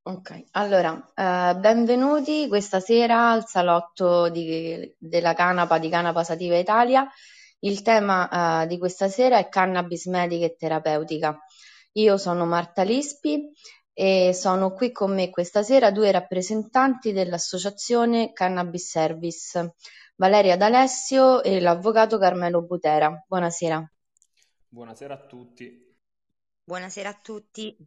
Ok, allora, benvenuti questa sera al salotto della Canapa di Canapa Sativa Italia. Il tema, di questa sera è cannabis medica e terapeutica. Io sono Marta Lispi e sono qui con me questa sera due rappresentanti dell'associazione Cannabis Service, Valeria D'Alessio e l'avvocato Carmelo Butera. Buonasera. Buonasera a tutti. Buonasera a tutti.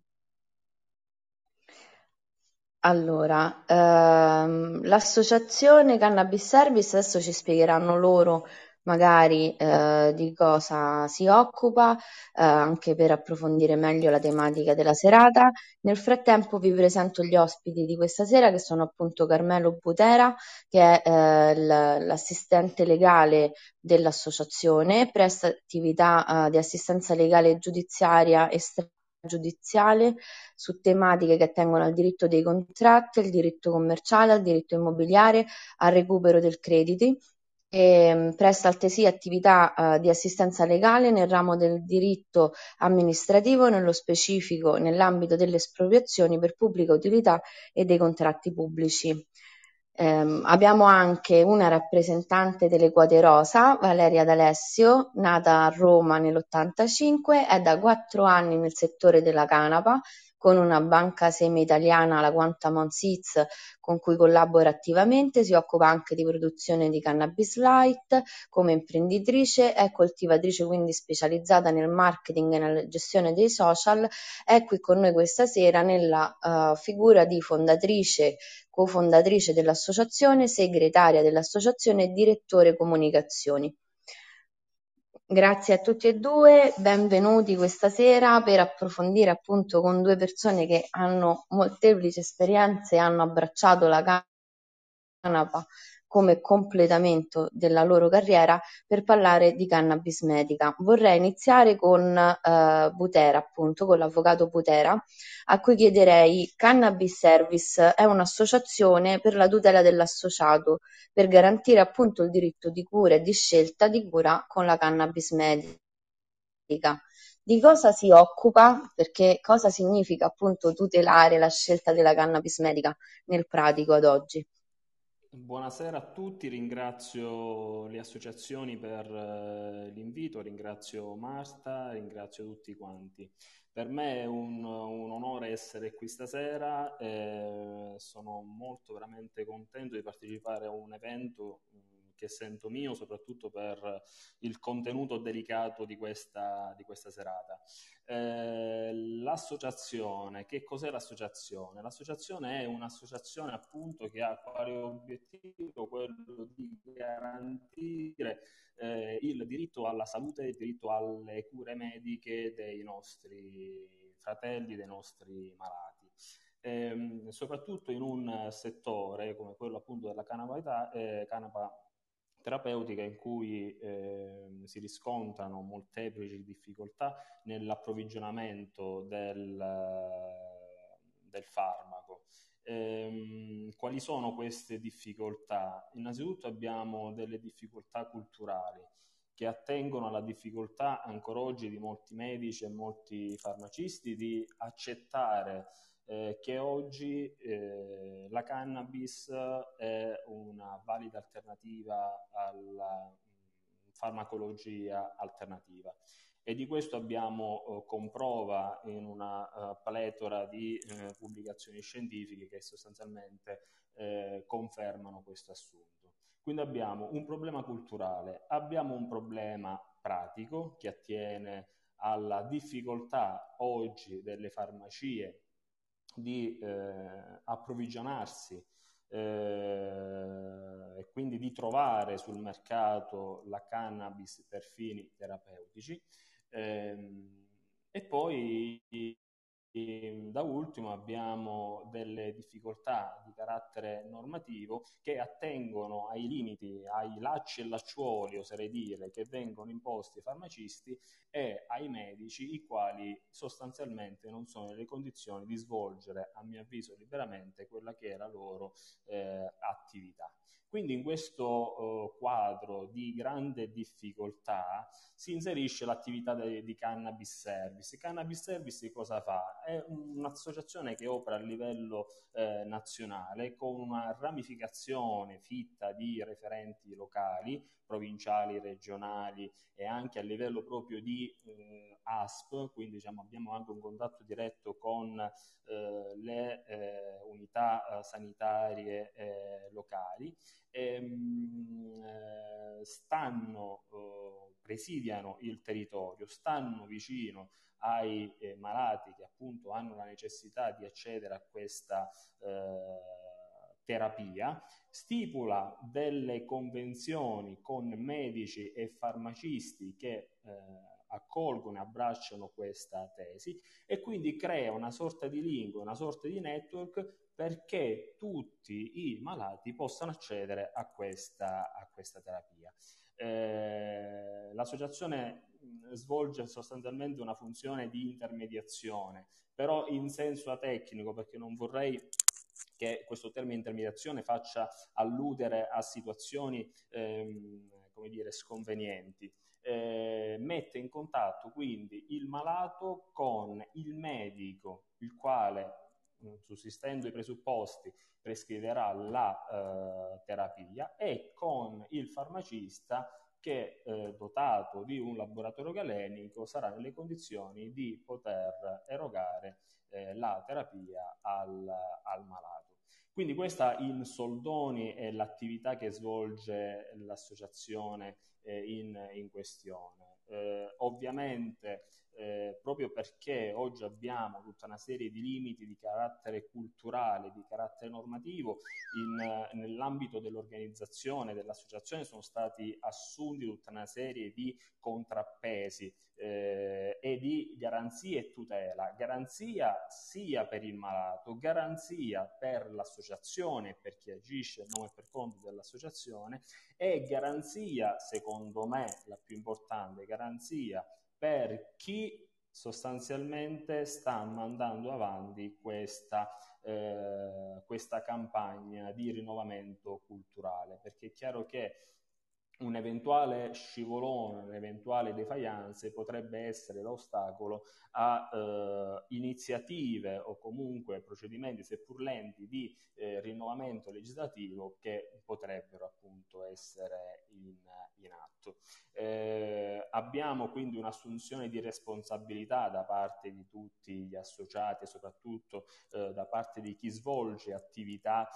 Allora, l'associazione Cannabis Service adesso ci spiegheranno loro magari di cosa si occupa, anche per approfondire meglio la tematica della serata. Nel frattempo vi presento gli ospiti di questa sera che sono appunto Carmelo Butera, che è l'assistente legale dell'associazione, presta attività di assistenza legale e giudiziaria e stragiudiziale su tematiche che attengono al diritto dei contratti, al diritto commerciale, al diritto immobiliare, al recupero del crediti. Presta altresì attività di assistenza legale nel ramo del diritto amministrativo, nello specifico nell'ambito delle espropriazioni per pubblica utilità e dei contratti pubblici. Abbiamo anche una rappresentante delle quote rosa, Valeria D'Alessio, nata a Roma nell'85, è da 4 anni nel settore della canapa, con una banca semi italiana, la Quantamon Seeds, con cui collabora attivamente. Si occupa anche di produzione di cannabis light come imprenditrice, è coltivatrice quindi specializzata nel marketing e nella gestione dei social. È qui con noi questa sera nella figura di fondatrice, cofondatrice dell'associazione, segretaria dell'associazione e direttore comunicazioni. Grazie a tutti e due, benvenuti questa sera per approfondire appunto con due persone che hanno molteplici esperienze e hanno abbracciato la canapa come completamento della loro carriera per parlare di cannabis medica. Vorrei iniziare con Butera, appunto, con l'avvocato Butera, a cui chiederei: Cannabis Service è un'associazione per la tutela dell'associato, per garantire appunto il diritto di cura e di scelta di cura con la cannabis medica. Di cosa si occupa? Perché cosa significa appunto tutelare la scelta della cannabis medica nel pratico ad oggi? Buonasera a tutti, ringrazio le associazioni per l'invito, ringrazio Marta, ringrazio tutti quanti. Per me è un onore essere qui stasera, sono molto veramente contento di partecipare a un evento che sento mio, soprattutto per il contenuto delicato di questa serata. L'associazione, che cos'è l'associazione? L'associazione è un'associazione appunto che ha quale obiettivo quello di garantire il diritto alla salute e il diritto alle cure mediche dei nostri fratelli, dei nostri malati. Soprattutto in un settore come quello appunto della canapa terapeutica in cui si riscontrano molteplici difficoltà nell'approvvigionamento del farmaco. Quali sono queste difficoltà? Innanzitutto abbiamo delle difficoltà culturali che attengono alla difficoltà ancora oggi di molti medici e molti farmacisti di accettare che oggi la cannabis è una valida alternativa alla farmacologia alternativa. E di questo abbiamo comprova in una pletora di pubblicazioni scientifiche che sostanzialmente confermano questo assunto. Quindi abbiamo un problema culturale, abbiamo un problema pratico che attiene alla difficoltà oggi delle farmacie di approvvigionarsi e quindi di trovare sul mercato la cannabis per fini terapeutici. E poi da ultimo abbiamo delle difficoltà di carattere normativo che attengono ai limiti, ai lacci e lacciuoli, oserei dire, che vengono imposti ai farmacisti e ai medici, i quali sostanzialmente non sono nelle condizioni di svolgere, a mio avviso, liberamente quella che è la loro attività. Quindi in questo quadro di grande difficoltà si inserisce l'attività di Cannabis Service. Il Cannabis Service cosa fa? è un'associazione che opera a livello nazionale con una ramificazione fitta di referenti locali, provinciali, regionali e anche a livello proprio di ASP, quindi diciamo, abbiamo anche un contatto diretto con le unità sanitarie locali. Presidiano il territorio, stanno vicino ai malati che appunto hanno la necessità di accedere a questa terapia, stipula delle convenzioni con medici e farmacisti che accolgono e abbracciano questa tesi e quindi crea una sorta di lingua, una sorta di network perché tutti i malati possano accedere a questa terapia. L'associazione svolge sostanzialmente una funzione di intermediazione, però in senso atecnico, perché non vorrei che questo termine intermediazione faccia alludere a situazioni come dire, sconvenienti. Mette in contatto quindi il malato con il medico, il quale, sussistendo i presupposti, prescriverà la terapia, e con il farmacista che, dotato di un laboratorio galenico, sarà nelle condizioni di poter erogare la terapia al malato. Quindi questa in soldoni è l'attività che svolge l'associazione in questione. Ovviamente proprio perché oggi abbiamo tutta una serie di limiti di carattere culturale, di carattere normativo, nell'ambito dell'organizzazione dell'associazione sono stati assunti tutta una serie di contrappesi e di garanzie e tutela. Garanzia sia per il malato, garanzia per l'associazione, per chi agisce a nome e per conto dell'associazione, e garanzia, secondo me la più importante, garanzia per chi sostanzialmente sta mandando avanti questa campagna di rinnovamento culturale, perché è chiaro che un eventuale scivolone, un'eventuale defiance potrebbe essere l'ostacolo a iniziative o comunque procedimenti, seppur lenti, di rinnovamento legislativo che potrebbero appunto essere in atto. Abbiamo quindi un'assunzione di responsabilità da parte di tutti gli associati e soprattutto da parte di chi svolge attività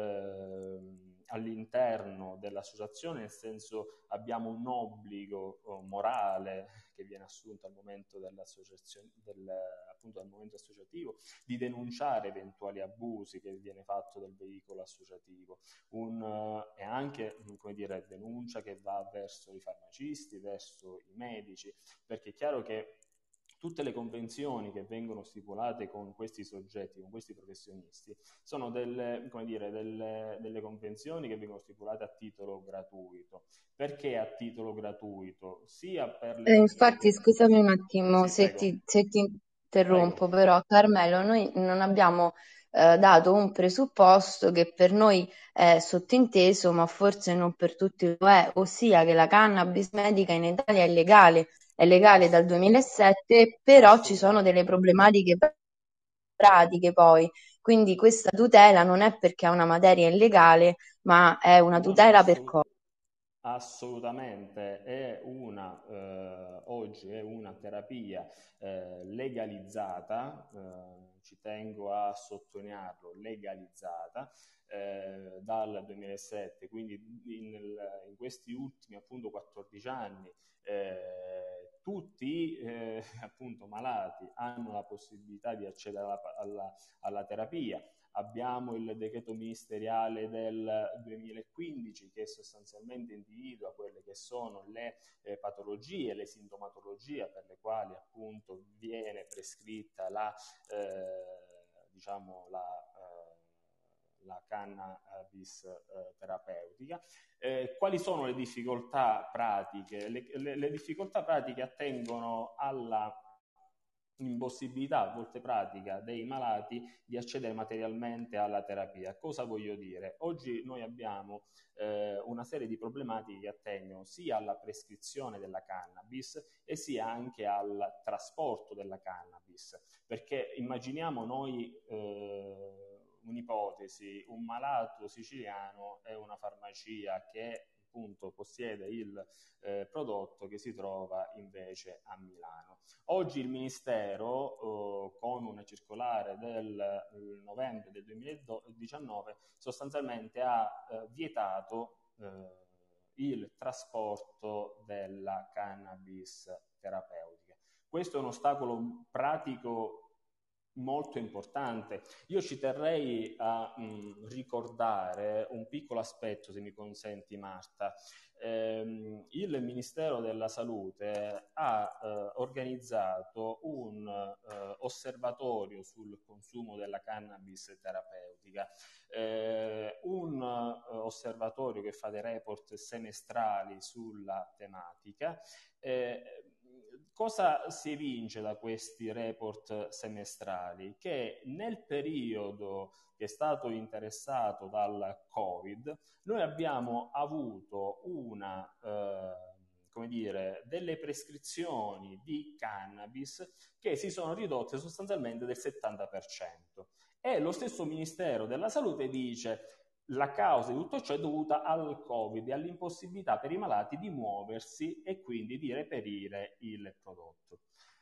all'interno dell'associazione, nel senso abbiamo un obbligo morale che viene assunto al momento dell'associazione, appunto al momento associativo, di denunciare eventuali abusi che viene fatto del veicolo associativo, e anche, come dire, denuncia che va verso i farmacisti, verso i medici, perché è chiaro che tutte le convenzioni che vengono stipulate con questi soggetti, con questi professionisti, sono delle convenzioni che vengono stipulate a titolo gratuito. Perché a titolo gratuito? Sia per le... Infatti, scusami un attimo Sì, prego. se ti interrompo, Prego. però Carmelo, noi non abbiamo dato un presupposto che per noi è sottinteso, ma forse non per tutti lo è, ossia che la cannabis medica in Italia è legale dal 2007, però ci sono delle problematiche pratiche poi. Quindi questa tutela non è perché è una materia illegale, ma è una No, tutela per cosa? assolutamente, oggi è una terapia legalizzata, ci tengo a sottolinearlo, legalizzata dal 2007, quindi in questi ultimi appunto 14 anni tutti appunto malati hanno la possibilità di accedere alla terapia. Abbiamo il decreto ministeriale del 2015 che sostanzialmente individua quelle che sono le patologie, le sintomatologie per le quali appunto viene prescritta diciamo la cannabis terapeutica. Quali sono le difficoltà pratiche? Le difficoltà pratiche attengono alla impossibilità a volte pratica dei malati di accedere materialmente alla terapia. Cosa voglio dire? Oggi noi abbiamo una serie di problematiche che attengono sia alla prescrizione della cannabis e sia anche al trasporto della cannabis, perché immaginiamo noi un'ipotesi, un malato siciliano e una farmacia che appunto possiede il prodotto che si trova invece a Milano. Oggi il Ministero, con una circolare del novembre del 2019, sostanzialmente ha vietato il trasporto della cannabis terapeutica. Questo è un ostacolo pratico molto importante. Io ci terrei a ricordare un piccolo aspetto, se mi consenti Marta. Il Ministero della Salute ha organizzato un osservatorio sul consumo della cannabis terapeutica, un osservatorio che fa dei report semestrali sulla tematica. Cosa si evince da questi report semestrali? Che nel periodo che è stato interessato dal Covid, noi abbiamo avuto delle prescrizioni di cannabis che si sono ridotte sostanzialmente del 70%. E lo stesso Ministero della Salute dice la causa di tutto ciò è dovuta al Covid e all'impossibilità per i malati di muoversi e quindi di reperire il prodotto.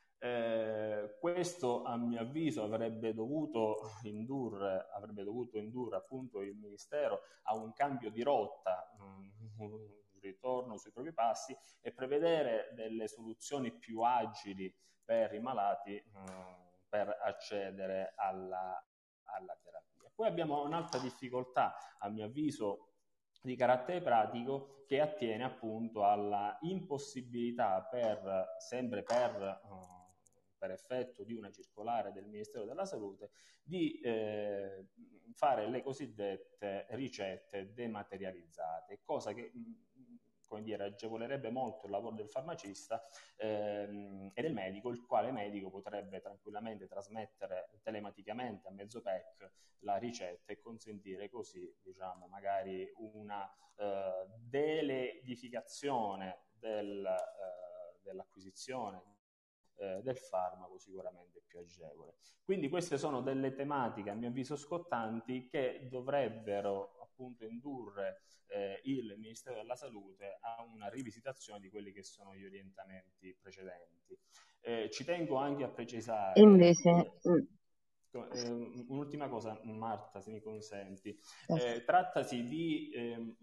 Questo a mio avviso avrebbe dovuto indurre appunto il Ministero a un cambio di rotta, un ritorno sui propri passi e prevedere delle soluzioni più agili per i malati per accedere alla terapia. Poi abbiamo un'altra difficoltà, a mio avviso, di carattere pratico che attiene appunto alla impossibilità sempre per effetto di una circolare del Ministero della Salute di fare le cosiddette ricette dematerializzate, cosa che agevolerebbe molto il lavoro del farmacista e del medico, il quale medico potrebbe tranquillamente trasmettere telematicamente a mezzo PEC la ricetta e consentire così, magari una delegificazione dell'acquisizione del farmaco sicuramente più agevole. Quindi queste sono delle tematiche a mio avviso scottanti che dovrebbero appunto indurre il Ministero della Salute a una rivisitazione di quelli che sono gli orientamenti precedenti. Ci tengo anche a precisare Invece, un'ultima cosa, Marta, se mi consenti. Trattasi di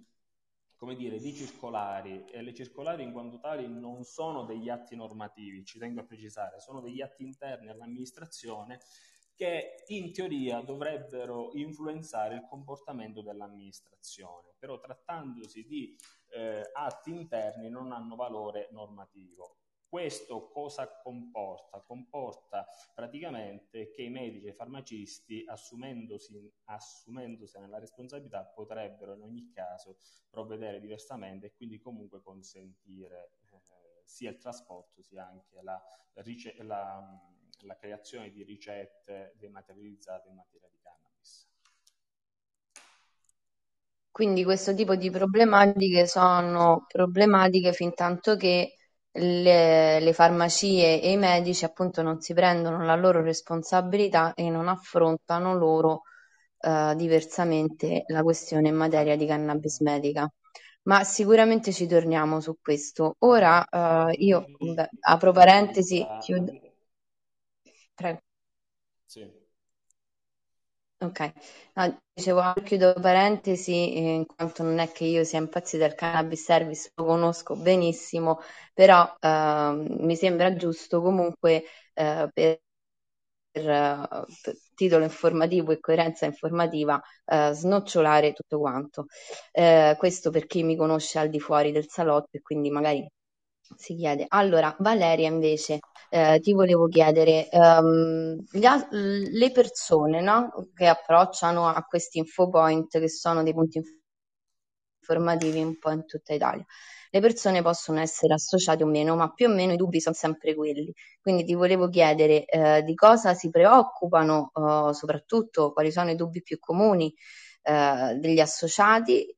circolari, e le circolari in quanto tali non sono degli atti normativi, ci tengo a precisare, sono degli atti interni all'amministrazione che in teoria dovrebbero influenzare il comportamento dell'amministrazione, però trattandosi di atti interni non hanno valore normativo. Questo cosa comporta? Comporta praticamente che i medici e i farmacisti, assumendosene la responsabilità, potrebbero in ogni caso provvedere diversamente e quindi comunque consentire sia il trasporto sia anche la creazione di ricette dematerializzate in materia di cannabis. quindi questo tipo di problematiche sono problematiche fin tanto che le farmacie e i medici appunto non si prendono la loro responsabilità e non affrontano loro diversamente la questione in materia di cannabis medica. Ma sicuramente ci torniamo su questo. Ora io apro parentesi, chiudo. Prego. Sì. Ok, no, dicevo, chiudo parentesi, in quanto non è che io sia impazzita del cannabis service, lo conosco benissimo, però mi sembra giusto comunque per titolo informativo e coerenza informativa snocciolare tutto quanto. Questo per chi mi conosce al di fuori del salotto e quindi magari si chiede. Allora, Valeria invece, ti volevo chiedere, le persone, no, che approcciano a questi infopoint, che sono dei punti informativi un po' in tutta Italia. Le persone possono essere associate o meno, ma più o meno i dubbi sono sempre quelli. Quindi ti volevo chiedere di cosa si preoccupano, soprattutto quali sono i dubbi più comuni degli associati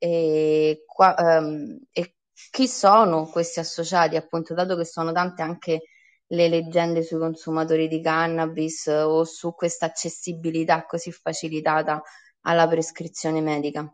e chi sono questi associati, appunto, dato che sono tante anche le leggende sui consumatori di cannabis o su questa accessibilità così facilitata alla prescrizione medica.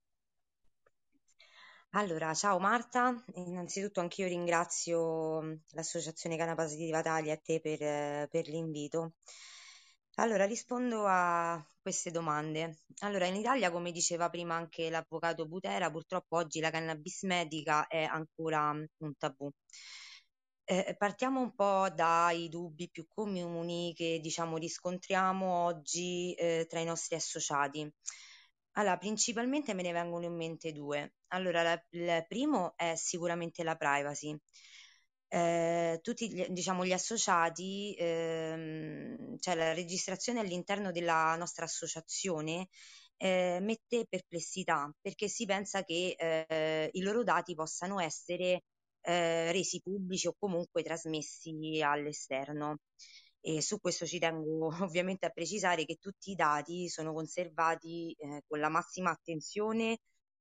Allora, ciao Marta, innanzitutto anch'io ringrazio l'Associazione Canapa Positiva Italia e te per l'invito. Allora, rispondo a queste domande. Allora, in Italia, come diceva prima anche l'avvocato Butera, purtroppo oggi la cannabis medica è ancora un tabù. Partiamo un po' dai dubbi più comuni che diciamo riscontriamo oggi tra i nostri associati. Allora, principalmente me ne vengono in mente due. Allora, il primo è sicuramente la privacy. Tutti diciamo, gli associati, cioè la registrazione all'interno della nostra associazione mette perplessità perché si pensa che i loro dati possano essere resi pubblici o comunque trasmessi all'esterno. E su questo ci tengo ovviamente a precisare che tutti i dati sono conservati con la massima attenzione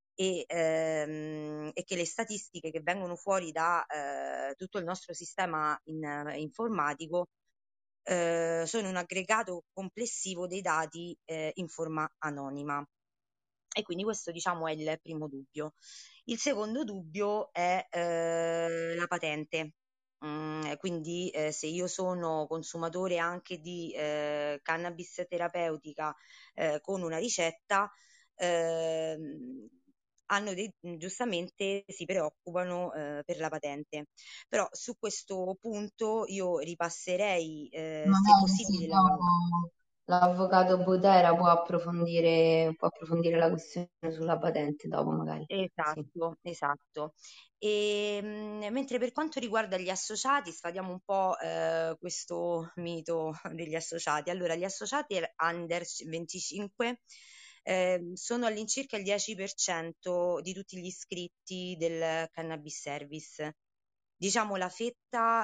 e che le statistiche che vengono fuori da tutto il nostro sistema informatico sono un aggregato complessivo dei dati in forma anonima. E quindi questo diciamo è il primo dubbio. Il secondo dubbio è la patente. Quindi se io sono consumatore anche di cannabis terapeutica con una ricetta, ehm, giustamente si preoccupano per la patente. Però su questo punto io ripasserei, se Magari possibile, sì, dopo l'avvocato Butera può approfondire la questione sulla patente dopo, magari. Sì. Esatto, esatto. E, mentre per quanto riguarda gli associati, sfatiamo un po' questo mito degli associati. Allora, gli associati under 25 sono all'incirca il 10% di tutti gli iscritti del Cannabis Service. Diciamo la fetta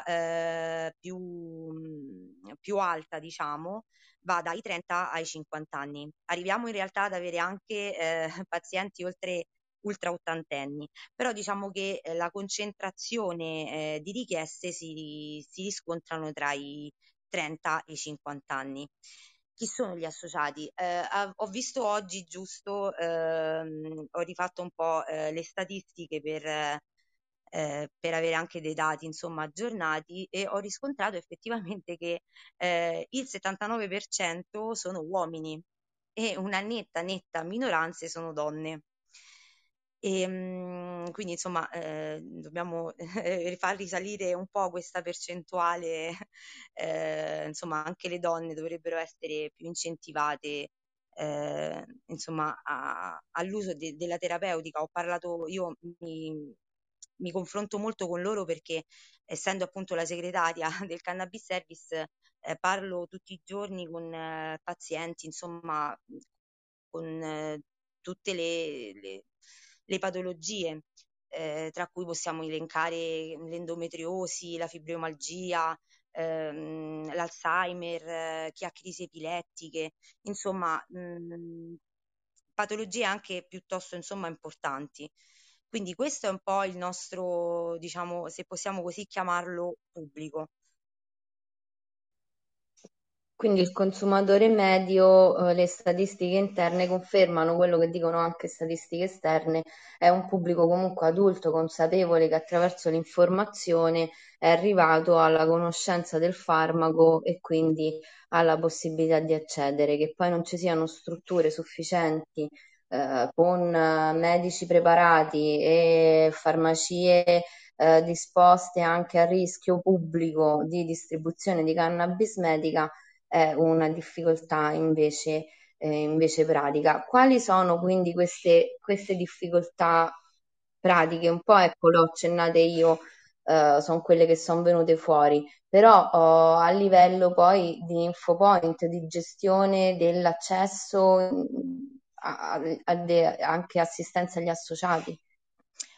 più alta, diciamo, va dai 30 ai 50 anni. Arriviamo in realtà ad avere anche pazienti oltre ultra ottantenni, però diciamo che la concentrazione di richieste si riscontrano tra i 30 e i 50 anni. Chi sono gli associati? Ho visto oggi giusto, ho rifatto un po' le statistiche per avere anche dei dati insomma aggiornati e ho riscontrato effettivamente che il 79% sono uomini e una netta minoranza sono donne. Quindi insomma dobbiamo far risalire un po' questa percentuale, insomma anche le donne dovrebbero essere più incentivate insomma all'uso della terapeutica. Ho parlato, io mi confronto molto con loro perché essendo appunto la segretaria del Cannabis Service parlo tutti i giorni con pazienti, insomma, con tutte le patologie, tra cui possiamo elencare l'endometriosi, la fibromialgia, l'Alzheimer, chi ha crisi epilettiche, insomma, patologie anche piuttosto, insomma, importanti. Quindi questo è un po' il nostro, diciamo, se possiamo così chiamarlo, pubblico. Quindi il consumatore medio, le statistiche interne confermano quello che dicono anche statistiche esterne, è un pubblico comunque adulto, consapevole, che attraverso l'informazione è arrivato alla conoscenza del farmaco e quindi alla possibilità di accedere, che poi non ci siano strutture sufficienti, con medici preparati e farmacie disposte anche a rischio pubblico di distribuzione di cannabis medica è una difficoltà invece pratica. Quali sono quindi queste difficoltà pratiche? Un po', ecco, le ho accennate io, sono quelle che sono venute fuori, però a livello poi di infopoint, di gestione dell'accesso anche assistenza agli associati.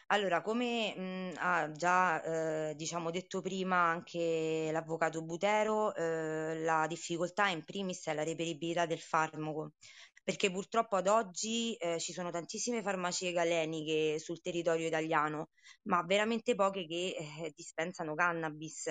Allora, come ha già diciamo detto prima anche l'avvocato Butero, la difficoltà in primis è la reperibilità del farmaco, perché purtroppo ad oggi ci sono tantissime farmacie galeniche sul territorio italiano, ma veramente poche che dispensano cannabis.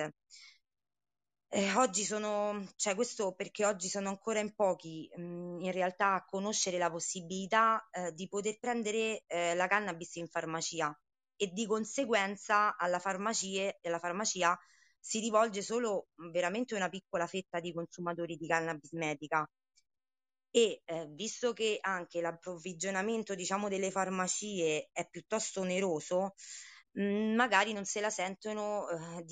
Oggi cioè questo perché oggi sono ancora in pochi, in realtà a conoscere la possibilità, di poter prendere, la cannabis in farmacia e di conseguenza alla farmacia si rivolge solo veramente una piccola fetta di consumatori di cannabis medica. E visto che anche l'approvvigionamento, diciamo, delle farmacie è piuttosto oneroso, magari non se la sentono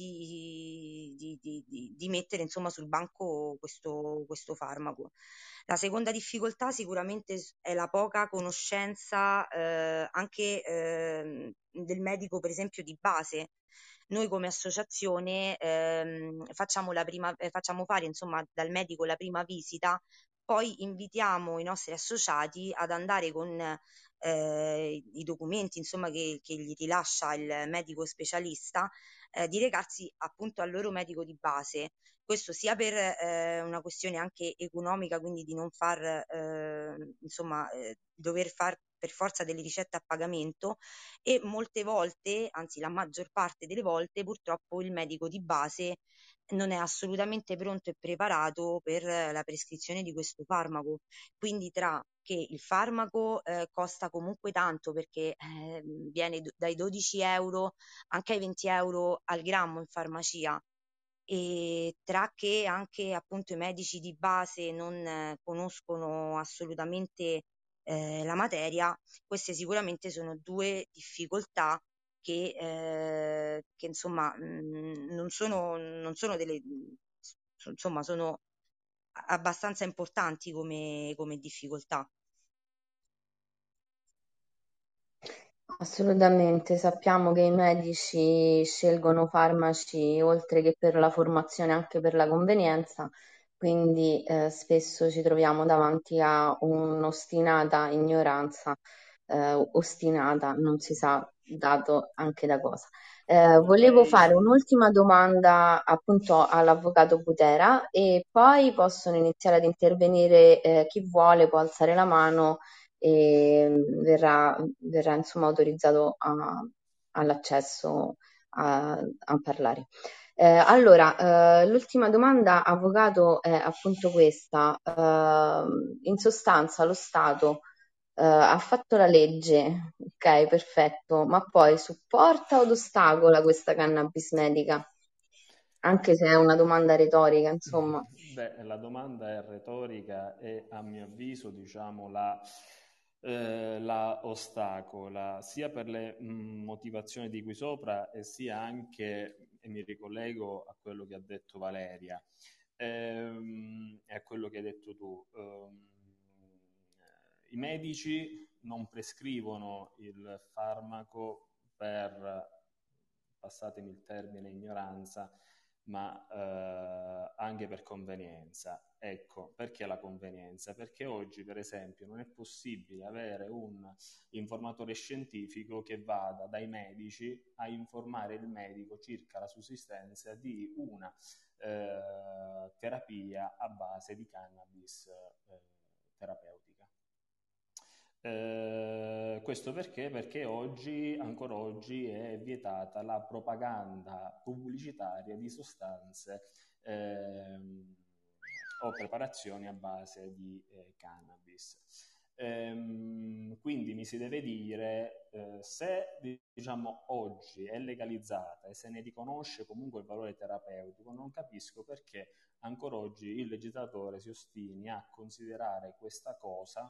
di mettere insomma sul banco questo farmaco. La seconda difficoltà sicuramente è la poca conoscenza anche del medico, per esempio, di base. Noi come associazione facciamo fare insomma dal medico la prima visita, poi invitiamo i nostri associati ad andare con i documenti insomma che gli rilascia il medico specialista, di recarsi appunto al loro medico di base. Questo sia per una questione anche economica, quindi di non far insomma dover far per forza delle ricette a pagamento, e molte volte, anzi la maggior parte delle volte, purtroppo il medico di base non è assolutamente pronto e preparato per la prescrizione di questo farmaco. Quindi tra che il farmaco costa comunque tanto perché viene dai 12 euro anche ai 20 euro al grammo in farmacia, e tra che anche appunto i medici di base non conoscono assolutamente la materia, queste sicuramente sono due difficoltà che insomma non sono insomma sono abbastanza importanti come difficoltà. Assolutamente, sappiamo che i medici scelgono farmaci oltre che per la formazione anche per la convenienza, quindi spesso ci troviamo davanti a un'ostinata ignoranza, ostinata, non si sa dato anche da cosa. Volevo fare un'ultima domanda appunto all'avvocato Butera e poi possono iniziare ad intervenire chi vuole, può alzare la mano e verrà insomma autorizzato all'accesso a parlare. Allora, l'ultima domanda, avvocato, è appunto questa. In sostanza, lo Stato ha fatto la legge, ok, perfetto, ma poi supporta od ostacola questa cannabis medica? Anche se è una domanda retorica, insomma. Beh, la domanda è retorica e a mio avviso, diciamo, la ostacola sia per le motivazioni di qui sopra e sia anche, e mi ricollego a quello che ha detto Valeria, e a quello che hai detto tu. I medici non prescrivono il farmaco per, passatemi il termine, ignoranza, ma anche per convenienza. Ecco, perché la convenienza? Perché oggi, per esempio, non è possibile avere un informatore scientifico che vada dai medici a informare il medico circa la sussistenza di una terapia a base di cannabis terapeutica. Questo perché? Perché oggi, ancora oggi, è vietata la propaganda pubblicitaria di sostanze o preparazioni a base di cannabis. Quindi mi si deve dire se diciamo oggi è legalizzata e se ne riconosce comunque il valore terapeutico, non capisco perché ancora oggi il legislatore si ostini a considerare questa cosa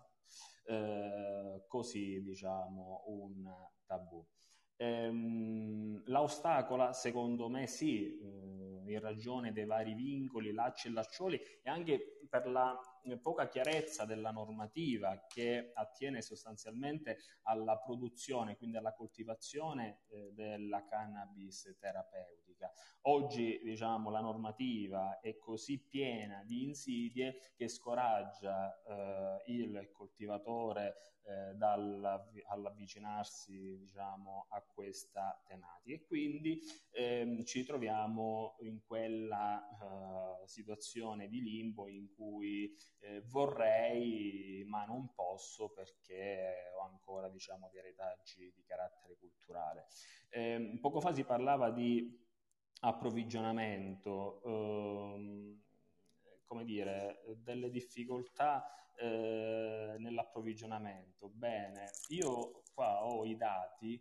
così diciamo un tabù. La ostacola secondo me sì, in ragione dei vari vincoli, lacci e laccioli e anche per la poca chiarezza della normativa che attiene sostanzialmente alla produzione, quindi alla coltivazione della cannabis terapeutica. terapeutica. Oggi, diciamo, la normativa è così piena di insidie che scoraggia il coltivatore dall'avvicinarsi, diciamo, a questa tematica, e quindi ci troviamo in quella situazione di limbo in cui vorrei ma non posso, perché ho ancora, diciamo, dei retaggi di carattere culturale. Poco fa si parlava di approvvigionamento, come dire, delle difficoltà nell'approvvigionamento. Bene, io qua ho i dati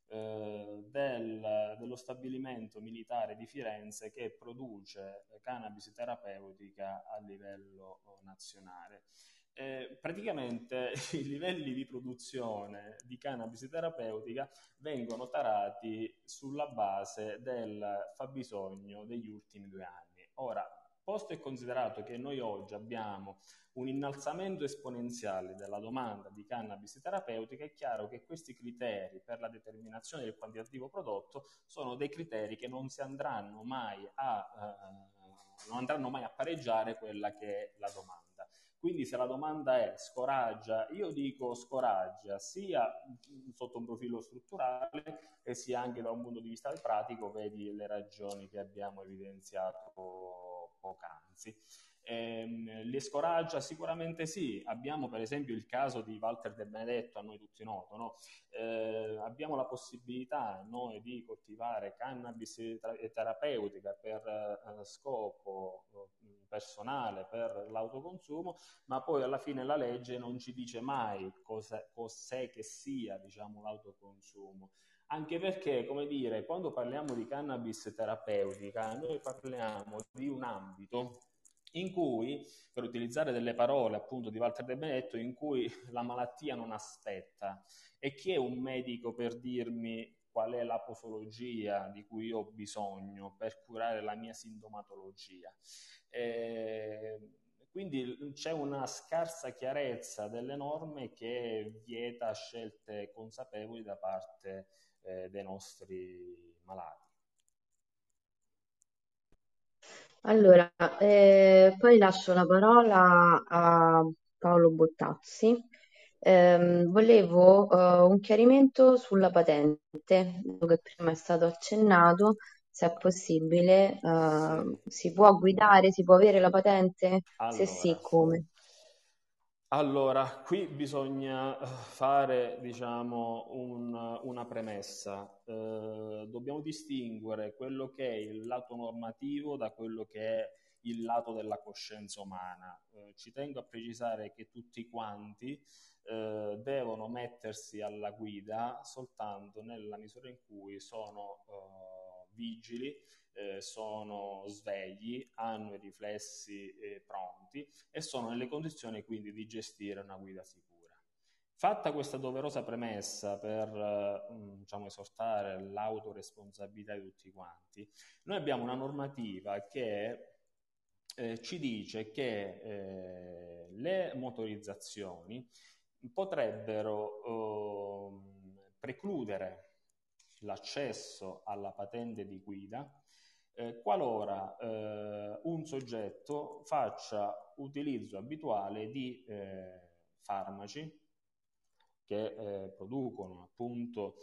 dello stabilimento militare di Firenze che produce cannabis terapeutica a livello nazionale. Praticamente i livelli di produzione di cannabis terapeutica vengono tarati sulla base del fabbisogno degli ultimi 2 anni. Ora, posto e considerato che noi oggi abbiamo un innalzamento esponenziale della domanda di cannabis terapeutica, è chiaro che questi criteri per la determinazione del quantitativo prodotto sono dei criteri che non andranno mai a pareggiare quella che è la domanda. Quindi se la domanda è scoraggia, io dico scoraggia sia sotto un profilo strutturale e sia anche da un punto di vista pratico, vedi le ragioni che abbiamo evidenziato poc'anzi. Li scoraggia? Sicuramente sì. Abbiamo per esempio il caso di Walter De Benedetto, a noi tutti noto, no? Abbiamo la possibilità noi di coltivare cannabis terapeutica per scopo personale, per l'autoconsumo, ma poi alla fine la legge non ci dice mai cos'è che sia, diciamo, l'autoconsumo. Anche perché, come dire, quando parliamo di cannabis terapeutica, noi parliamo di un ambito in cui, per utilizzare delle parole appunto di Walter De Benedetto, in cui la malattia non aspetta. E chi è un medico per dirmi qual è la posologia di cui ho bisogno per curare la mia sintomatologia? Quindi c'è una scarsa chiarezza delle norme che vieta scelte consapevoli da parte dei nostri malati. Allora, poi lascio la parola a Paolo Bottazzi. Volevo un chiarimento sulla patente, dato che prima è stato accennato, se è possibile, si può guidare, si può avere la patente? Se sì, come? Allora, qui bisogna fare, diciamo, una premessa. Dobbiamo distinguere quello che è il lato normativo da quello che è il lato della coscienza umana. Ci tengo a precisare che tutti quanti devono mettersi alla guida soltanto nella misura in cui sono vigili, sono svegli, hanno i riflessi pronti e sono nelle condizioni quindi di gestire una guida sicura. Fatta questa doverosa premessa per diciamo, esortare l'autoresponsabilità di tutti quanti, noi abbiamo una normativa che ci dice che le motorizzazioni potrebbero precludere l'accesso alla patente di guida qualora un soggetto faccia utilizzo abituale di farmaci che producono appunto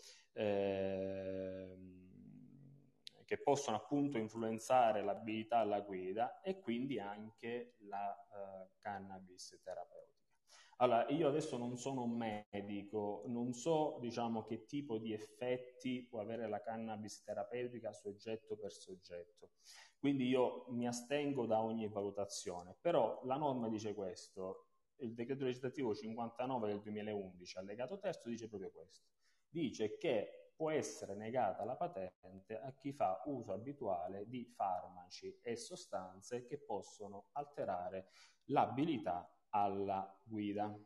che possono appunto influenzare l'abilità alla guida e quindi anche la cannabis terapeutica. Allora, io adesso non sono un medico, non so, diciamo, che tipo di effetti può avere la cannabis terapeutica soggetto per soggetto. Quindi io mi astengo da ogni valutazione, però la norma dice questo, il decreto legislativo 59 del 2011, allegato terzo, dice proprio questo. Dice che può essere negata la patente a chi fa uso abituale di farmaci e sostanze che possono alterare l'abilità alla guida.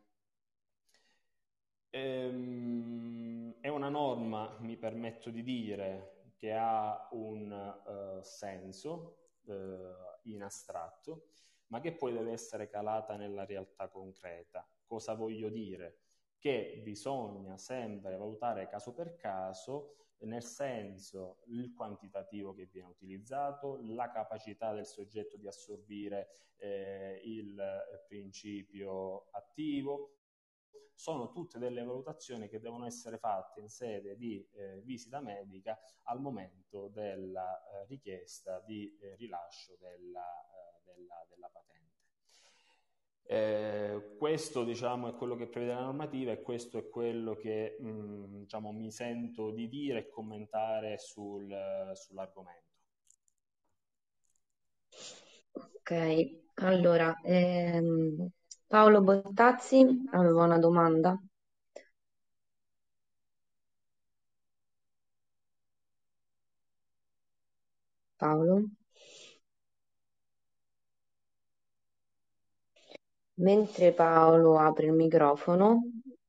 È una norma, mi permetto di dire, che ha un senso in astratto, ma che poi deve essere calata nella realtà concreta. Cosa voglio dire? che bisogna sempre valutare caso per caso, nel senso il quantitativo che viene utilizzato, la capacità del soggetto di assorbire il principio attivo. Sono tutte delle valutazioni che devono essere fatte in sede di visita medica al momento della richiesta di rilascio della patente. Questo diciamo è quello che prevede la normativa e questo è quello che diciamo, mi sento di dire e commentare sull'argomento. Ok, allora, Paolo Bottazzi aveva una domanda. Paolo? Mentre Paolo apre il microfono,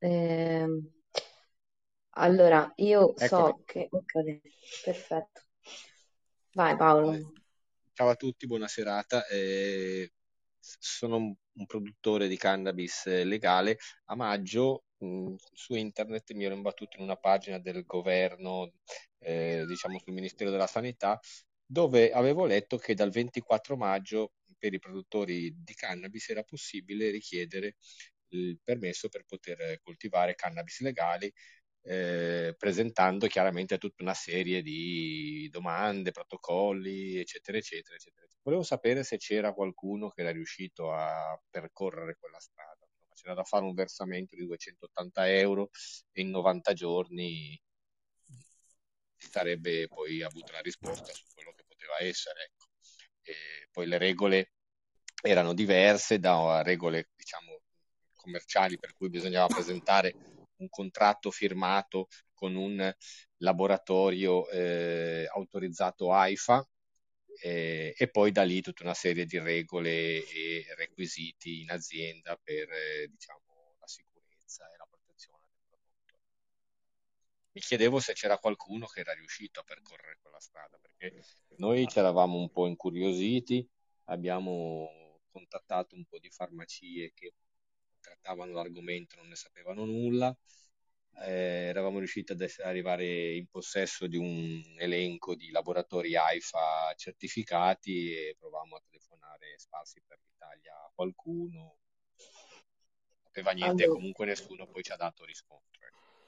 allora io Eccomi. so che... Ok, perfetto. Vai Paolo. Ciao a tutti, buona serata. Sono un produttore di cannabis legale. A maggio su internet mi ero imbattuto in una pagina del governo, diciamo sul Ministero della Sanità, dove avevo letto che dal 24 maggio per i produttori di cannabis era possibile richiedere il permesso per poter coltivare cannabis legali, presentando chiaramente tutta una serie di domande, protocolli, eccetera, eccetera, eccetera. Volevo sapere se c'era qualcuno che era riuscito a percorrere quella strada. Insomma, c'era da fare un versamento di 280 euro e in 90 giorni si sarebbe poi avuta la risposta su quello che poteva essere. Ecco. E poi le regole erano diverse da regole, diciamo, commerciali, per cui bisognava presentare un contratto firmato con un laboratorio autorizzato AIFA, e poi da lì tutta una serie di regole e requisiti in azienda per diciamo, la sicurezza e la protezione del prodotto. Mi chiedevo se c'era qualcuno che era riuscito a percorrere quella strada, perché noi ci eravamo un po' incuriositi, abbiamo contattato un po' di farmacie che trattavano l'argomento, non ne sapevano nulla. Eravamo riusciti ad arrivare in possesso di un elenco di laboratori AIFA certificati e provavamo a telefonare sparsi per l'Italia a qualcuno. Non sapeva niente e Allora, comunque nessuno poi ci ha dato riscontro.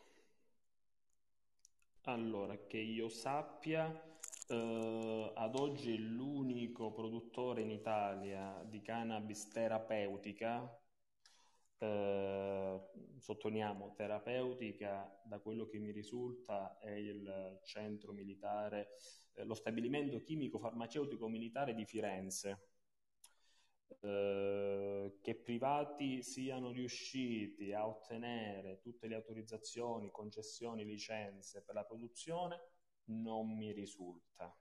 Allora, che io sappia, ad oggi l'unico produttore in Italia di cannabis terapeutica, sottolineiamo terapeutica, da quello che mi risulta è il centro militare, lo stabilimento chimico farmaceutico militare di Firenze. Che privati siano riusciti a ottenere tutte le autorizzazioni, concessioni, licenze per la produzione non mi risulta.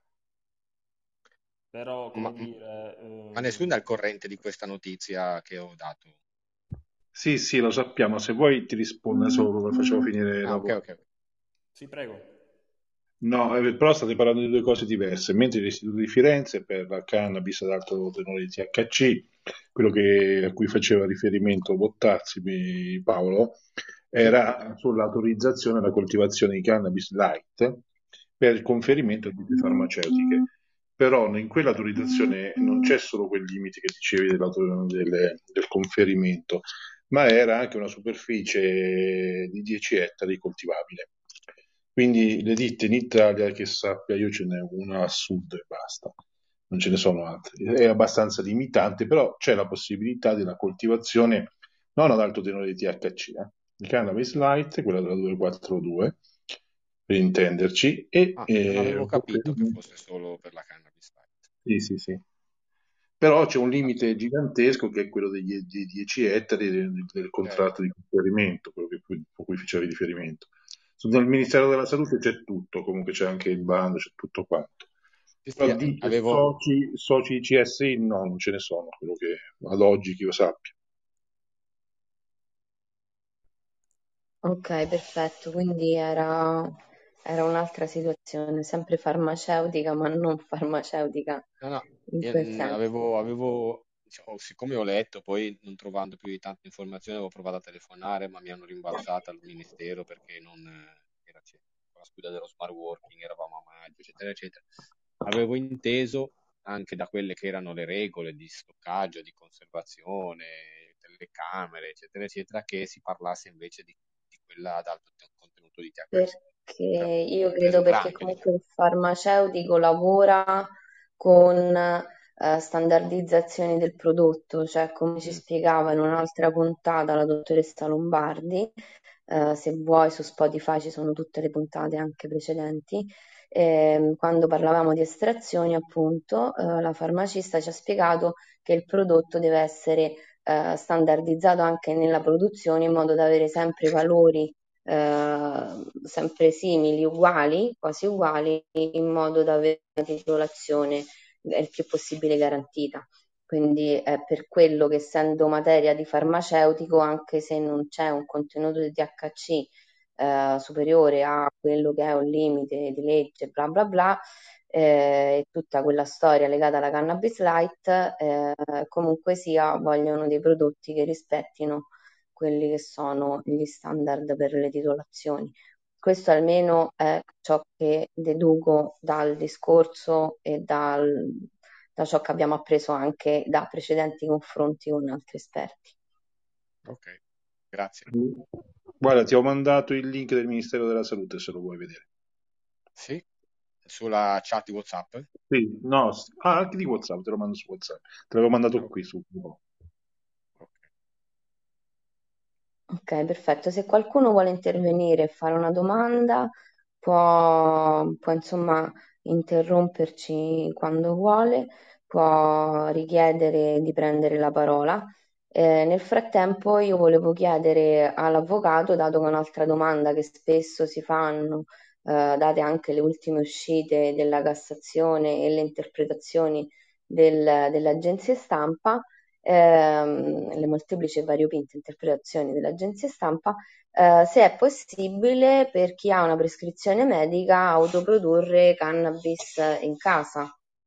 Però, come dire, Ma nessuno è al corrente di questa notizia che ho dato? Sì, lo sappiamo. Se vuoi ti rispondo, adesso facciamo finire la voce. Ok. sì, prego. No, però state parlando di due cose diverse. Mentre l'Istituto di Firenze per la cannabis ad alto tenore di THC, a cui faceva riferimento Bottazzi, Paolo, era sull'autorizzazione alla coltivazione di cannabis light per il conferimento di tutte farmaceutiche. Però in quell'autorizzazione non c'è solo quel limite che dicevi del conferimento, ma era anche una superficie di 10 ettari coltivabile. Quindi le ditte in Italia, che sappia io, ce n'è una a sud e basta, non ce ne sono altre. È abbastanza limitante, però c'è la possibilità della coltivazione non ad alto tenore di THC, il cannabis light, quella della 242, per intenderci, e Non avevo un capito che conferimento. fosse solo per la cannabis light. Sì. Però c'è un Ah, limite gigantesco che è quello dei 10 ettari del certo. contratto di conferimento, quello a cui facevi riferimento. Nel Ministero della Salute c'è tutto, comunque c'è anche il bando, c'è tutto quanto. Sì, Però ditte avevo, soci CSI no, non ce ne sono, quello che ad oggi che io sappia. ok, perfetto. Quindi era un'altra situazione, sempre farmaceutica, ma non farmaceutica no, in quel senso. avevo siccome ho letto, poi non trovando più di tante informazioni, avevo provato a telefonare, ma mi hanno rimbalzato al ministero perché non era con la scusa dello smart working, eravamo a maggio, eccetera, eccetera. Avevo inteso anche da quelle che erano le regole di stoccaggio, di conservazione, delle camere, eccetera, eccetera, che si parlasse invece di quella ad alto contenuto di THC. Perché Però io ho preso credo un perché granchio, comunque diciamo. il farmaceutico lavora con standardizzazioni del prodotto, cioè come ci Mm, spiegava in un'altra puntata la dottoressa Lombardi, se vuoi su Spotify ci sono tutte le puntate anche precedenti, quando parlavamo di estrazioni appunto, la farmacista ci ha spiegato che il prodotto deve essere standardizzato anche nella produzione in modo da avere sempre valori sempre simili, uguali, quasi uguali, in modo da avere una titolazione il più possibile garantita. Quindi è per quello che essendo materia di farmaceutico, anche se non c'è un contenuto di THC superiore a quello che è un limite di legge, bla bla bla, e tutta quella storia legata alla cannabis light, comunque sia, vogliono dei prodotti che rispettino quelli che sono gli standard per le titolazioni. Questo almeno è ciò che deduco dal discorso e da ciò che abbiamo appreso anche da precedenti confronti con altri esperti. Ok, grazie. Guarda, ti ho mandato il link del Ministero della Salute se lo vuoi vedere. Sì? Sulla chat di WhatsApp? Sì, no, anche di WhatsApp, te lo mando su WhatsApp. Te l'avevo mandato Ok, qui su. ok. Ok, perfetto. Se qualcuno vuole intervenire e fare una domanda, può insomma interromperci quando vuole, può richiedere di prendere la parola. Nel frattempo io volevo chiedere all'avvocato, dato che è un'altra domanda che spesso si fanno, date anche le ultime uscite della Cassazione e le interpretazioni delle agenzie stampa, le molteplici e variopinte interpretazioni delle agenzie stampa, se è possibile per chi ha una prescrizione medica autoprodurre cannabis in casa.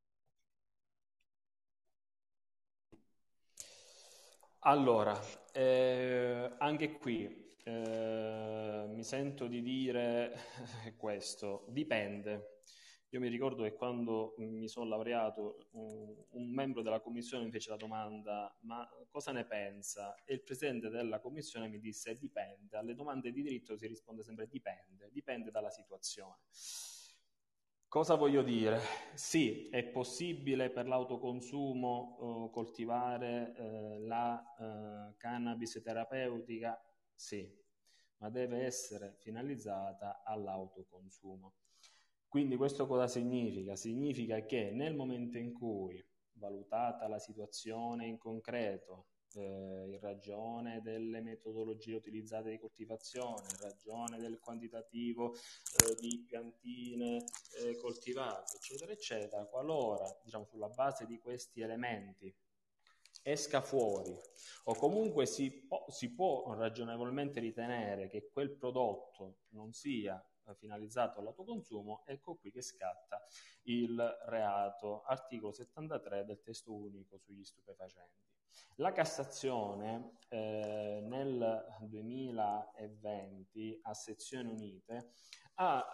Allora, anche qui mi sento di dire questo, dipende. Io mi ricordo che quando mi sono laureato, un membro della commissione mi fece la domanda, ma cosa ne pensa? E il presidente della commissione mi disse, dipende. Alle domande di diritto si risponde sempre dipende, dipende dalla situazione. Cosa voglio dire? Sì, è possibile per l'autoconsumo coltivare la cannabis terapeutica? Sì, ma deve essere finalizzata all'autoconsumo. Quindi questo cosa significa? Significa che nel momento in cui, valutata la situazione in concreto, in ragione delle metodologie utilizzate di coltivazione, in ragione del quantitativo di piantine coltivate, eccetera, eccetera, qualora, diciamo, sulla base di questi elementi esca fuori o comunque si può ragionevolmente ritenere che quel prodotto non sia finalizzato all'autoconsumo, ecco qui che scatta il reato, articolo 73 del testo unico sugli stupefacenti. La Cassazione nel 2020 a sezioni unite ha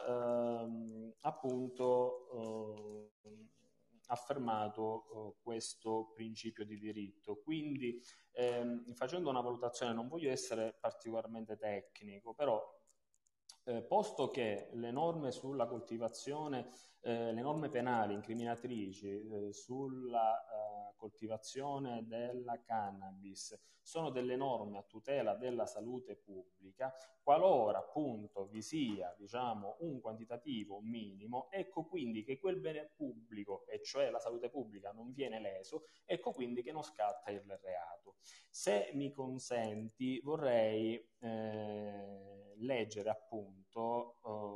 appunto affermato questo principio di diritto. Quindi facendo una valutazione, non voglio essere particolarmente tecnico, però posto che le norme sulla coltivazione, le norme penali incriminatrici sulla coltivazione della cannabis sono delle norme a tutela della salute pubblica, qualora appunto vi sia, diciamo, un quantitativo minimo, ecco quindi che quel bene pubblico, e cioè la salute pubblica, non viene leso, ecco quindi che non scatta il reato. Se mi consenti, vorrei leggere appunto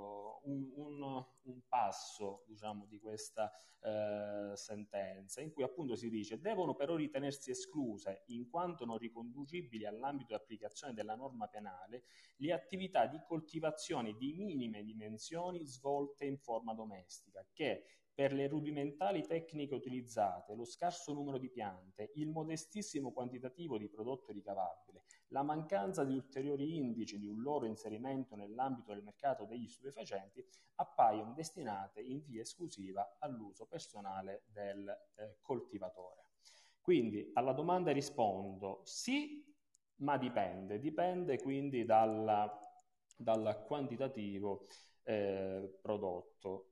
un passo, diciamo, di questa sentenza, in cui appunto si dice: devono però ritenersi escluse, in quanto non riconducibili all'ambito di applicazione della norma penale, le attività di coltivazione di minime dimensioni svolte in forma domestica, che per le rudimentali tecniche utilizzate, lo scarso numero di piante, il modestissimo quantitativo di prodotto ricavabile, la mancanza di ulteriori indici di un loro inserimento nell'ambito del mercato degli stupefacenti, appaiono destinate in via esclusiva all'uso personale del coltivatore. Quindi alla domanda rispondo sì, ma dipende quindi dal quantitativo prodotto.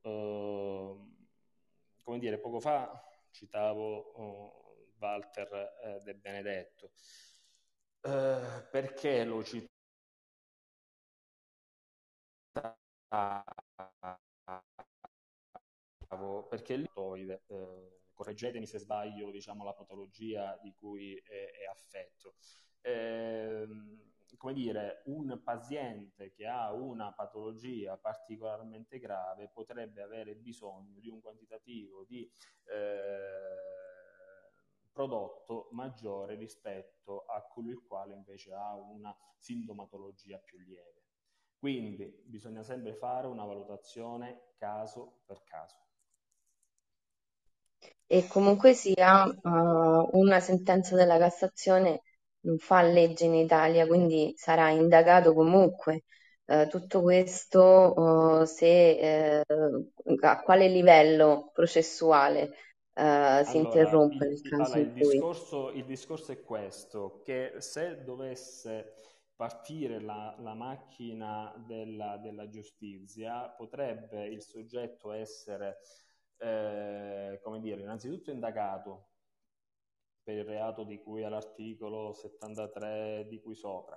Come dire, poco fa citavo Walter De Benedetto. Perché lo citavo? Perché l'itoide, correggetemi se sbaglio, diciamo, la patologia di cui è affetto. Come dire, un paziente che ha una patologia particolarmente grave potrebbe avere bisogno di un quantitativo di prodotto maggiore rispetto a colui il quale invece ha una sintomatologia più lieve. Quindi bisogna sempre fare una valutazione caso per caso. E comunque sia, una sentenza della Cassazione non fa legge in Italia, quindi sarà indagato comunque. Tutto questo, a quale livello processuale si Allora, interrompe nel caso in il cui... discorso è questo, che se dovesse partire la macchina della giustizia, potrebbe il soggetto essere, come dire, innanzitutto indagato per il reato di cui all'articolo 73 di cui sopra.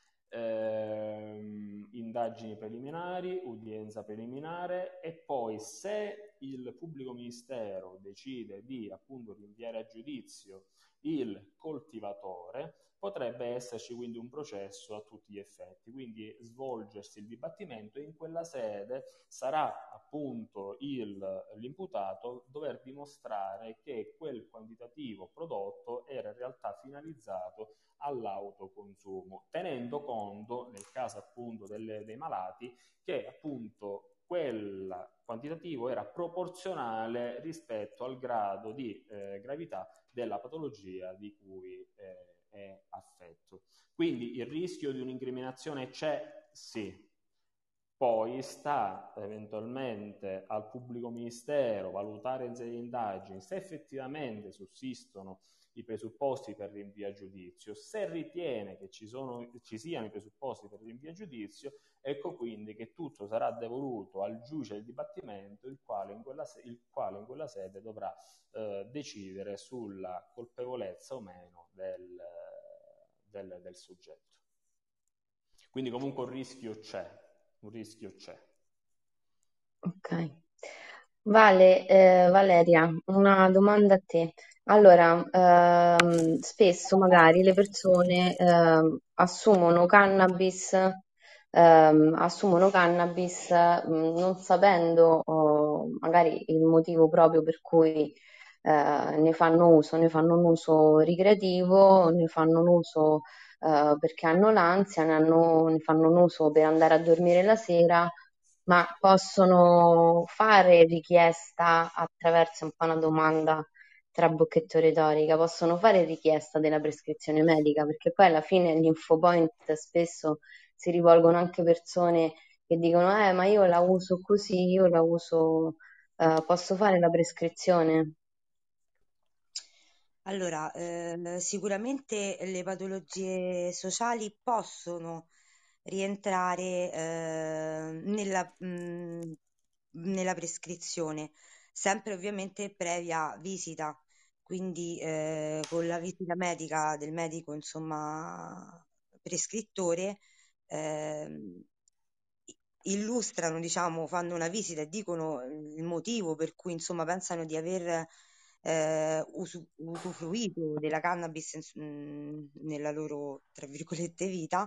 Indagini preliminari, udienza preliminare, e poi se il pubblico ministero decide di appunto rinviare a giudizio il coltivatore, potrebbe esserci quindi un processo a tutti gli effetti, quindi svolgersi il dibattimento, e in quella sede sarà appunto l'imputato dover dimostrare che quel quantitativo prodotto era in realtà finalizzato all'autoconsumo, tenendo conto, nel caso appunto dei malati, che appunto quel quantitativo era proporzionale rispetto al grado di gravità della patologia di cui è affetto. Quindi il rischio di un'incriminazione c'è? Sì. Poi sta eventualmente al pubblico ministero valutare in sede di indagini se effettivamente sussistono i presupposti per rinvio a giudizio. Se ritiene che ci siano i presupposti per rinvio a giudizio, ecco quindi che tutto sarà devoluto al giudice del dibattimento, il quale in quella sede dovrà decidere sulla colpevolezza o meno del soggetto. Quindi comunque un rischio c'è. Ok. Valeria, una domanda a te. Allora, spesso magari le persone assumono cannabis non sapendo magari il motivo proprio per cui ne fanno un uso ricreativo, ne fanno un uso perché hanno l'ansia, ne fanno un uso per andare a dormire la sera, ma possono fare richiesta attraverso un po' una domanda tra bocchetto retorica, possono fare richiesta della prescrizione medica, perché poi alla fine gli infopoint spesso si rivolgono anche persone che dicono ma io la uso così, io la uso, posso fare la prescrizione? Allora, sicuramente le patologie sociali possono rientrare nella prescrizione, sempre ovviamente previa visita, quindi con la visita medica del medico, insomma, prescrittore, ehm, illustrano, diciamo, fanno una visita e dicono il motivo per cui, insomma, pensano di aver usufruito della cannabis nella loro, tra virgolette, vita.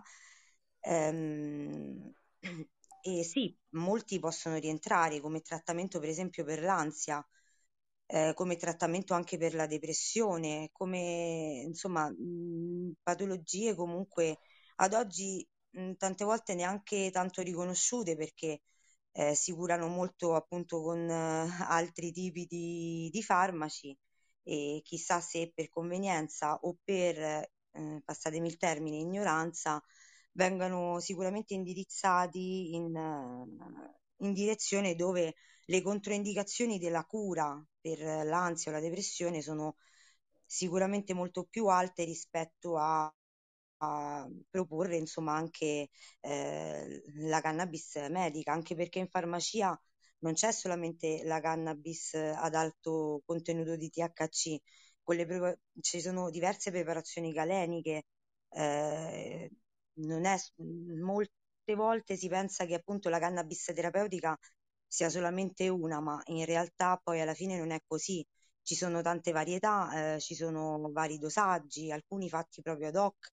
Ehm, e sì, molti possono rientrare come trattamento, per esempio, per l'ansia, come trattamento anche per la depressione, come insomma, patologie comunque ad oggi tante volte neanche tanto riconosciute, perché si curano molto appunto con altri tipi di farmaci, e chissà se per convenienza o per, passatemi il termine, ignoranza, vengano sicuramente indirizzati in direzione dove le controindicazioni della cura per l'ansia o la depressione sono sicuramente molto più alte rispetto a proporre insomma anche la cannabis medica, anche perché in farmacia non c'è solamente la cannabis ad alto contenuto di THC, ci sono diverse preparazioni galeniche, eh, non è, molte volte si pensa che appunto la cannabis terapeutica sia solamente una, ma in realtà poi alla fine non è così. Ci sono tante varietà, ci sono vari dosaggi, alcuni fatti proprio ad hoc,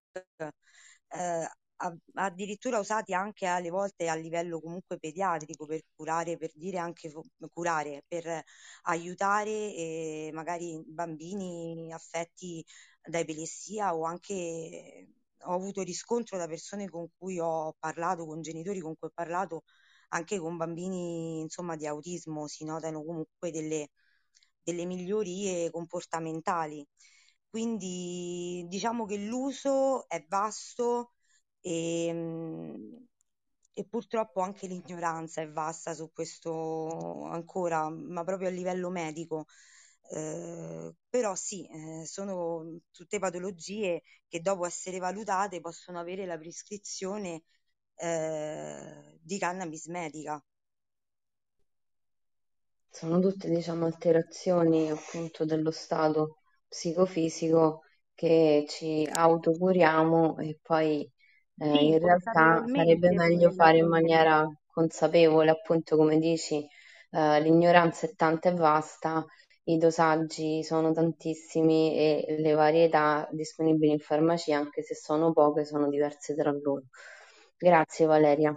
addirittura usati anche alle volte a livello comunque pediatrico per curare, per dire anche curare, per aiutare magari bambini affetti da epilessia, o anche ho avuto riscontro da persone con cui ho parlato, con genitori con cui ho parlato, anche con bambini insomma di autismo si notano comunque delle migliorie comportamentali. Quindi diciamo che l'uso è vasto e, e purtroppo anche l'ignoranza è vasta su questo ancora, ma proprio a livello medico. Però sì, sono tutte patologie che dopo essere valutate possono avere la prescrizione di cannabis medica. Sono tutte, diciamo, alterazioni appunto dello stato psicofisico che ci autocuriamo e poi Sì, in realtà sarebbe consapevolmente poi meglio alla fare in fine. maniera consapevole, appunto come dici, l'ignoranza è tanta e vasta, i dosaggi sono tantissimi e le varietà disponibili in farmacia, anche se sono poche, sono diverse tra loro. Grazie Valeria.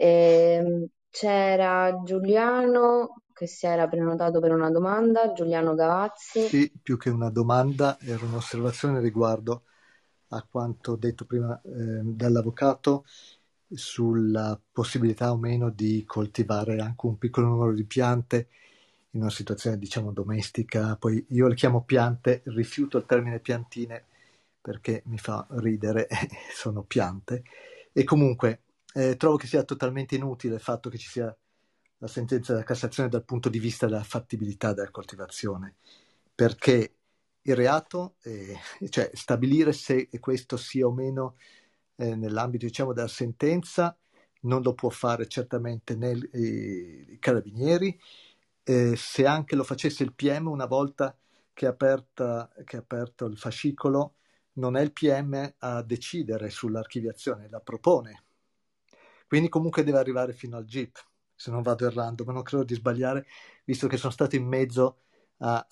C'era Giuliano che si era prenotato per una domanda, Giuliano Gavazzi. Sì, più che una domanda, era un'osservazione riguardo a quanto detto prima dall'avvocato sulla possibilità o meno di coltivare anche un piccolo numero di piante in una situazione, diciamo, domestica. Poi io le chiamo piante, rifiuto il termine piantine perché mi fa ridere, sono piante. E comunque trovo che sia totalmente inutile il fatto che ci sia la sentenza della Cassazione dal punto di vista della fattibilità della coltivazione, perché il reato, cioè stabilire se questo sia o meno nell'ambito, diciamo, della sentenza, non lo può fare certamente né i carabinieri. Se anche lo facesse il PM, una volta che è aperto il fascicolo, non è il PM a decidere sull'archiviazione, la propone. Quindi comunque deve arrivare fino al GIP, se non vado errando, ma non credo di sbagliare, visto che sono stato in mezzo a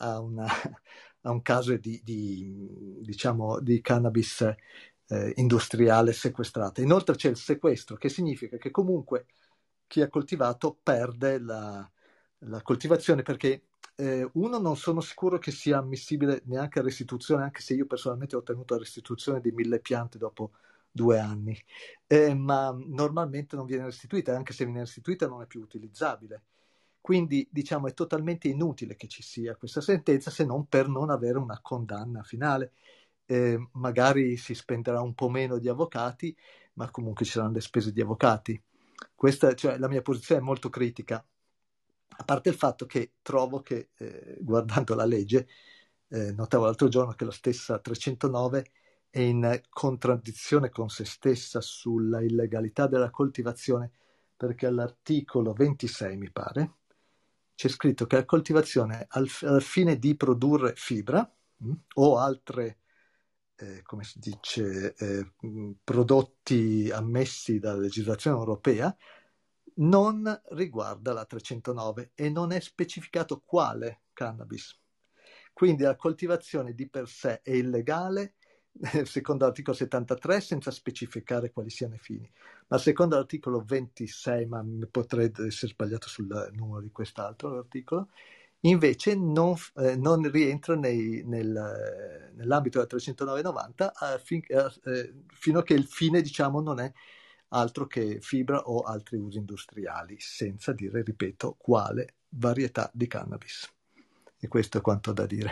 un caso diciamo, di cannabis industriale sequestrata. Inoltre c'è il sequestro, che significa che comunque chi ha coltivato perde la coltivazione, perché uno, non sono sicuro che sia ammissibile neanche a restituzione, anche se io personalmente ho ottenuto la restituzione di 1000 piante dopo 2 anni, ma normalmente non viene restituita, anche se viene restituita non è più utilizzabile. Quindi diciamo è totalmente inutile che ci sia questa sentenza, se non per non avere una condanna finale. Magari si spenderà un po' meno di avvocati, ma comunque ci saranno le spese di avvocati. Questa, cioè, la mia posizione è molto critica, a parte il fatto che trovo che, guardando la legge, notavo l'altro giorno che la stessa 309 è in contraddizione con se stessa sulla illegalità della coltivazione, perché all'articolo 26, mi pare, c'è scritto che la coltivazione al fine di produrre fibra o altre, come si dice, prodotti ammessi dalla legislazione europea, non riguarda la 309 e non è specificato quale cannabis. Quindi la coltivazione di per sé è illegale secondo l'articolo 73 senza specificare quali siano i fini, ma secondo l'articolo 26, ma potrei essere sbagliato sul numero di quest'altro articolo, invece non rientra nell'ambito della 309-90 fino a che il fine, diciamo, non è altro che fibra o altri usi industriali, senza dire, ripeto, quale varietà di cannabis. E questo è quanto ho da dire.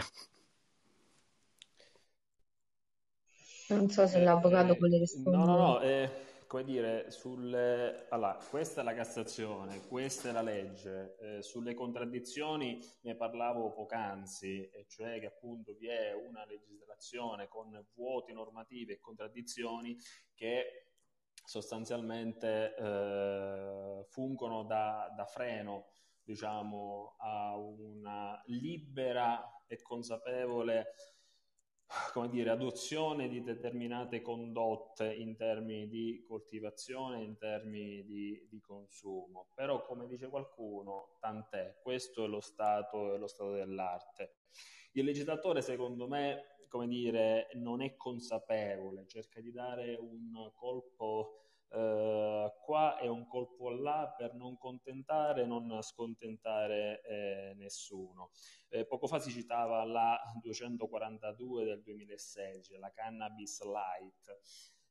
Non so se l'avvocato vuole No, rispondere. come dire, allora, questa è la Cassazione, questa è la legge. Sulle contraddizioni ne parlavo poc'anzi, e cioè che appunto vi è una legislazione con vuoti normativi e contraddizioni che sostanzialmente fungono da freno, diciamo, a una libera e consapevole, come dire, adozione di determinate condotte in termini di coltivazione, in termini di consumo. Però, come dice qualcuno, tant'è, questo è lo stato dell'arte. Il legislatore, secondo me, come dire, non è consapevole, cerca di dare un colpo qua e un colpo là per non contentare, non scontentare nessuno. Poco fa si citava la 242 del 2016, la Cannabis Light.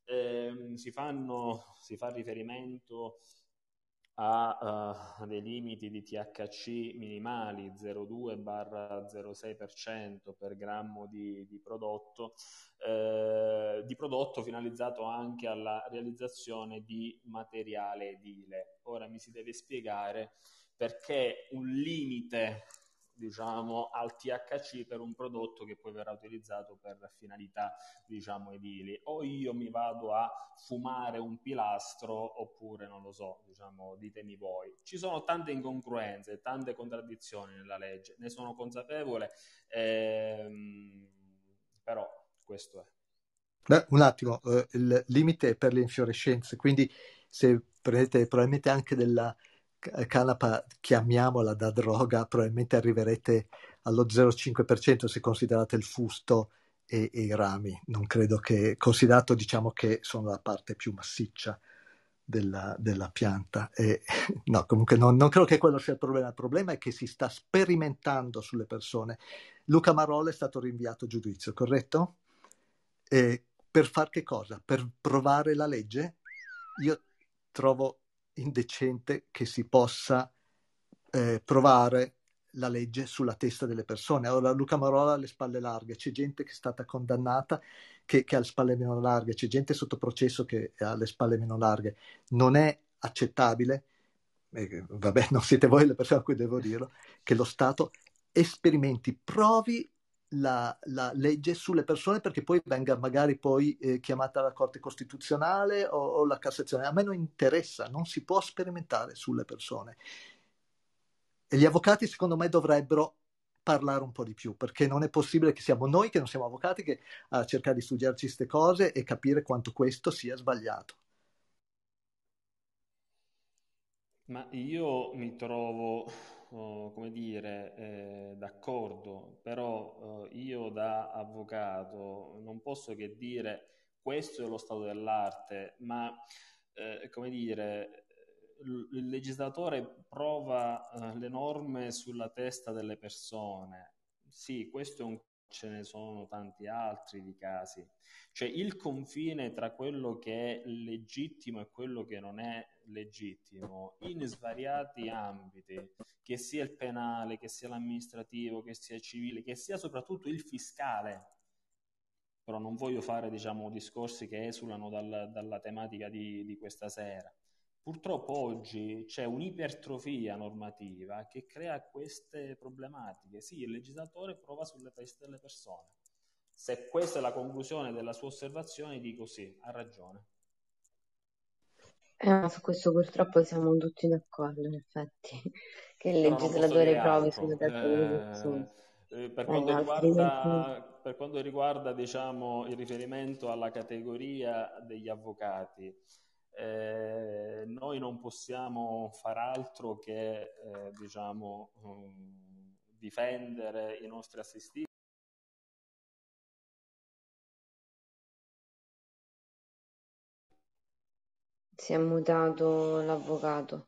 Si fa riferimento a dei limiti di THC minimali 0,2-0,6% per grammo di prodotto finalizzato anche alla realizzazione di materiale edile. Ora mi si deve spiegare perché un limite, diciamo, al THC per un prodotto che poi verrà utilizzato per finalità, diciamo, edili. O io mi vado a fumare un pilastro oppure non lo so, diciamo, ditemi voi. Ci sono tante incongruenze, tante contraddizioni nella legge, ne sono consapevole, però questo è. Beh, un attimo, il limite è per le infiorescenze, quindi se prendete probabilmente anche della canapa, chiamiamola da droga, probabilmente arriverete allo 0,5% se considerate il fusto e i rami. Non credo che, considerato diciamo che sono la parte più massiccia della pianta. No, comunque non credo che quello sia il problema. Il problema è che si sta sperimentando sulle persone. Luca Marola è stato rinviato a giudizio, corretto? Per far che cosa? Per provare la legge? Io trovo indecente che si possa provare la legge sulla testa delle persone. Allora Luca Marola ha le spalle larghe, c'è gente che è stata condannata che ha le spalle meno larghe, c'è gente sotto processo che ha le spalle meno larghe. Non è accettabile, vabbè, non siete voi le persone a cui devo dirlo, che lo Stato esperimenti, provi la legge sulle persone perché poi venga magari poi chiamata la Corte Costituzionale o la Cassazione. A me non interessa, non si può sperimentare sulle persone. E gli avvocati secondo me dovrebbero parlare un po' di più, perché non è possibile che siamo noi che non siamo avvocati che a cercare di studiarci queste cose e capire quanto questo sia sbagliato. Ma io mi trovo, come dire, d'accordo, però io da avvocato non posso che dire questo è lo stato dell'arte, ma come dire, il legislatore prova le norme sulla testa delle persone. Sì, questo è ce ne sono tanti altri di casi. Cioè il confine tra quello che è legittimo e quello che non è legittimo in svariati ambiti, che sia il penale, che sia l'amministrativo, che sia il civile, che sia soprattutto il fiscale. Però non voglio fare, diciamo, discorsi che esulano dalla tematica di questa sera. Purtroppo oggi c'è un'ipertrofia normativa che crea queste problematiche. Sì, il legislatore prova sulle teste delle persone. Se questa è la conclusione della sua osservazione, dico sì, ha ragione. Su questo purtroppo siamo tutti d'accordo, in effetti, che il Però non posso legislatore dire provi sulla altro. testa delle persone. Altrimenti... Per quanto riguarda, diciamo, il riferimento alla categoria degli avvocati, noi non possiamo far altro che diciamo, difendere i nostri assistiti. Si è mutato l'avvocato.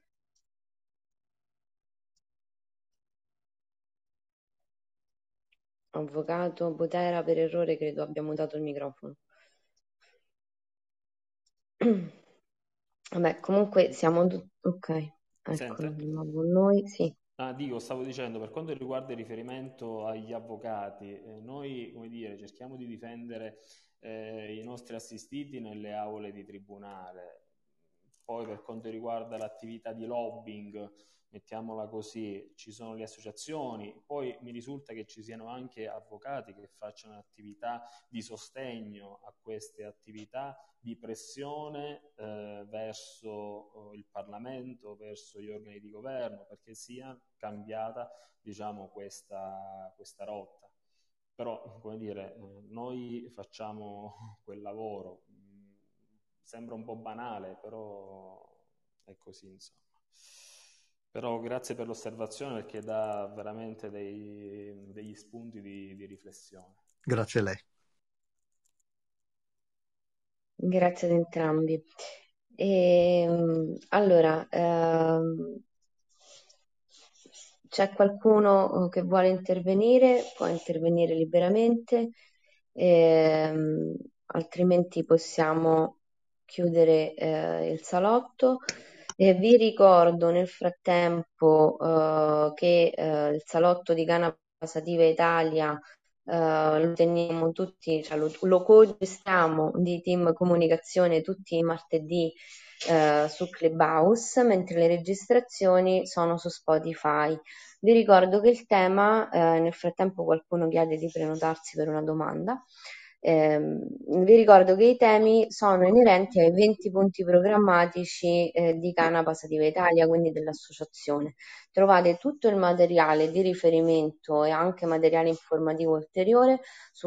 Avvocato Botera, per errore credo abbia mutato il microfono. Vabbè, comunque siamo ok, Mi eccolo sente? di nuovo con noi, sì. Stavo dicendo, per quanto riguarda il riferimento agli avvocati, noi, come dire, cerchiamo di difendere i nostri assistiti nelle aule di tribunale. Poi, per quanto riguarda l'attività di lobbying, mettiamola così, ci sono le associazioni, poi mi risulta che ci siano anche avvocati che facciano attività di sostegno a queste attività di pressione verso il Parlamento, verso gli organi di governo, perché sia cambiata, diciamo, questa rotta. Però, come dire, noi facciamo quel lavoro. Sembra un po' banale, però è così, insomma. Però grazie per l'osservazione perché dà veramente degli spunti di riflessione. Grazie a lei. Grazie ad entrambi. Allora, c'è qualcuno che vuole intervenire? Può intervenire liberamente, altrimenti possiamo chiudere il salotto. E vi ricordo nel frattempo che il salotto di Cana Pasativa Italia lo teniamo tutti, cioè lo co-gestiamo di team comunicazione tutti i martedì su Clubhouse, mentre le registrazioni sono su Spotify. Vi ricordo che il tema, nel frattempo qualcuno chiede di prenotarsi per una domanda. Vi ricordo che i temi sono inerenti ai 20 punti programmatici di Cana Pasativa Italia, quindi dell'associazione. Trovate tutto il materiale di riferimento e anche materiale informativo ulteriore su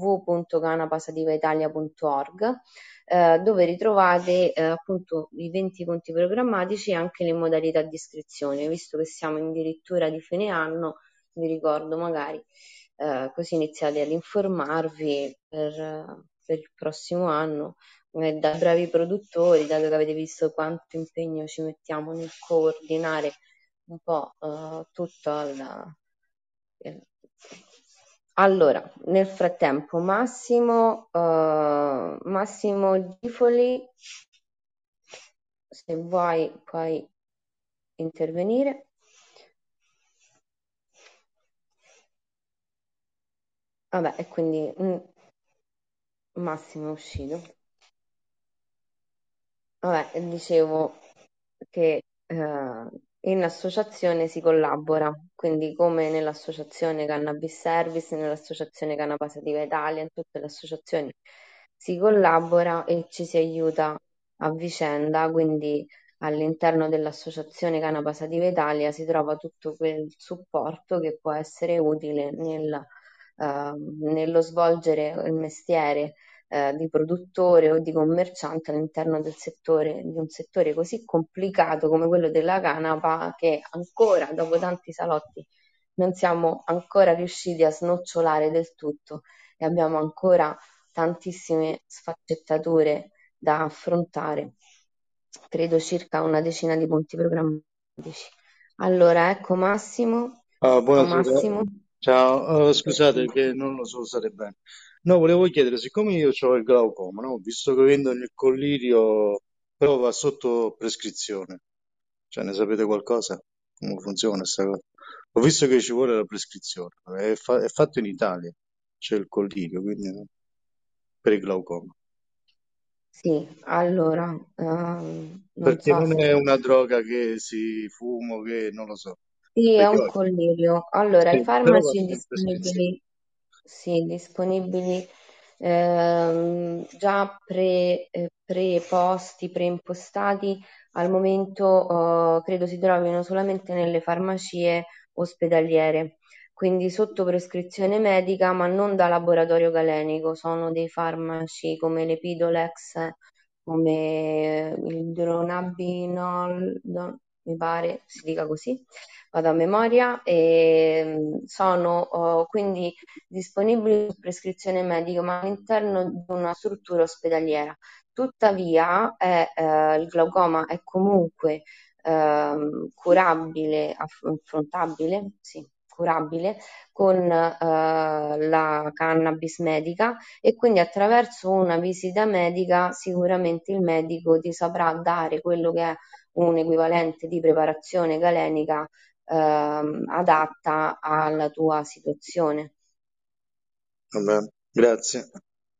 www.canapasativaitalia.org, dove ritrovate appunto i 20 punti programmatici e anche le modalità di iscrizione. Visto che siamo addirittura di fine anno, vi ricordo magari così iniziate ad informarvi per il prossimo anno da bravi produttori, dato che avete visto quanto impegno ci mettiamo nel coordinare un po' tutto allora, nel frattempo Massimo Gifoli, se vuoi puoi intervenire. Vabbè, e quindi Massimo è uscito. Vabbè, dicevo che in associazione si collabora, quindi come nell'associazione Cannabis Service, nell'associazione Cannapasativa Italia, in tutte le associazioni si collabora e ci si aiuta a vicenda, quindi all'interno dell'associazione Cannapasativa Italia si trova tutto quel supporto che può essere utile nello svolgere il mestiere di produttore o di commerciante all'interno di un settore così complicato come quello della canapa, che ancora dopo tanti salotti non siamo ancora riusciti a snocciolare del tutto e abbiamo ancora tantissime sfaccettature da affrontare, credo circa una decina di punti programmatici. Allora, ecco Massimo. Ciao Buonasera, Massimo. ciao. Scusate che non lo so usare bene. No, volevo chiedere, siccome io ho il glaucoma, no? Visto che vendono il collirio, però va sotto prescrizione, cioè ne sapete qualcosa? Come funziona questa cosa? Ho visto che ci vuole la prescrizione, è fatto in Italia, c'è il collirio, quindi per il glaucoma. Sì, allora, non Perché so non se... è una droga che si fuma, che non lo so. Sì, è Perché un collirio. Allora, i sì, però va farmaci solo in prescrizione. disponibili, sì, disponibili già preposti, preimpostati, al momento credo si trovino solamente nelle farmacie ospedaliere, quindi sotto prescrizione medica, ma non da laboratorio galenico. Sono dei farmaci come l'Epidolex, come il Dronabinol, mi pare si dica così, vado a memoria, e sono quindi disponibili su prescrizione medica, ma all'interno di una struttura ospedaliera. Tuttavia, il glaucoma è comunque curabile, affrontabile, sì, curabile con la cannabis medica, e quindi attraverso una visita medica sicuramente il medico ti saprà dare quello che è un equivalente di preparazione galenica adatta alla tua situazione. Vabbè, grazie.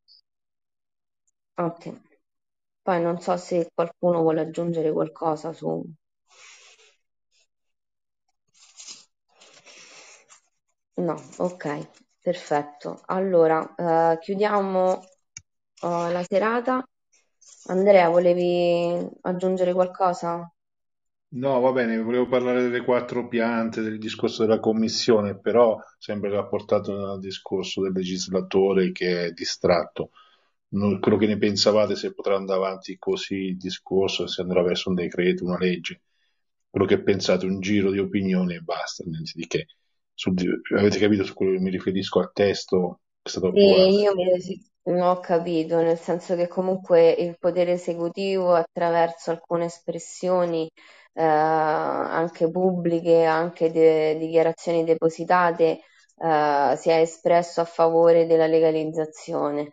Ok. Poi non so se qualcuno vuole aggiungere qualcosa su... No, ok, perfetto. Allora, chiudiamo la serata. Andrea, volevi aggiungere qualcosa? No, va bene, volevo parlare delle quattro piante, del discorso della commissione, però sempre rapportato al discorso del legislatore che è distratto. Quello che ne pensavate, se potrà andare avanti così il discorso, se andrà verso un decreto, una legge. Quello che pensate, un giro di opinioni e basta, niente di che. Avete capito su quello che mi riferisco al testo che è stato Sì, approvato? non ho capito, nel senso che comunque il potere esecutivo attraverso alcune espressioni anche pubbliche, anche dichiarazioni depositate, si è espresso a favore della legalizzazione,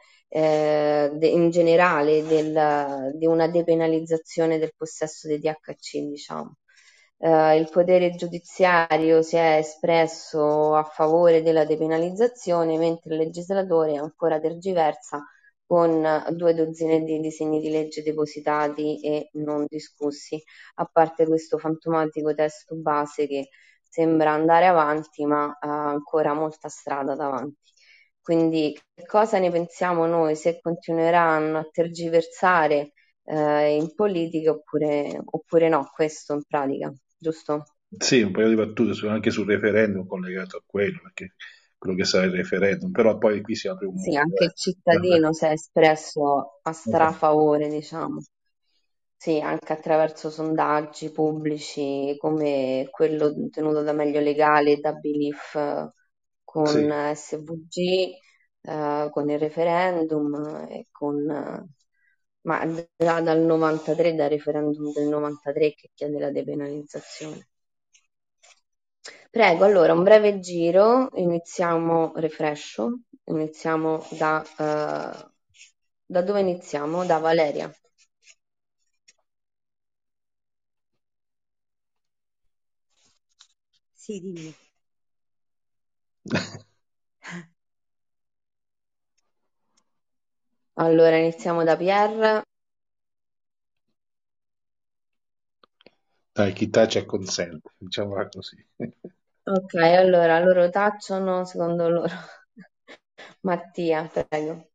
in generale di una depenalizzazione del possesso dei THC, diciamo. Il potere giudiziario si è espresso a favore della depenalizzazione, mentre il legislatore ancora tergiversa con 2 dozzine di disegni di legge depositati e non discussi, a parte questo fantomatico testo base che sembra andare avanti, ma ha ancora molta strada davanti. Quindi, che cosa ne pensiamo noi? Se continueranno a tergiversare in politica oppure no, questo in pratica, giusto? Sì, un paio di battute anche sul referendum collegato a quello, perché quello che sarà il referendum, però poi qui si apre un Sì, mondo. anche il cittadino si è espresso a Esatto. strafavore, diciamo. Sì, anche attraverso sondaggi pubblici come quello tenuto da Meglio Legale e da Belief Sì, con SVG, con il referendum e ma già dal 93, dal referendum del 93 che chiede la depenalizzazione. Prego, allora un breve giro, iniziamo refresco, iniziamo da dove iniziamo? Da Valeria. Sì, dimmi. Allora iniziamo da Pierre. dai, chi tace acconsente, diciamola così. Ok, allora loro tacciono secondo loro. Mattia, prego.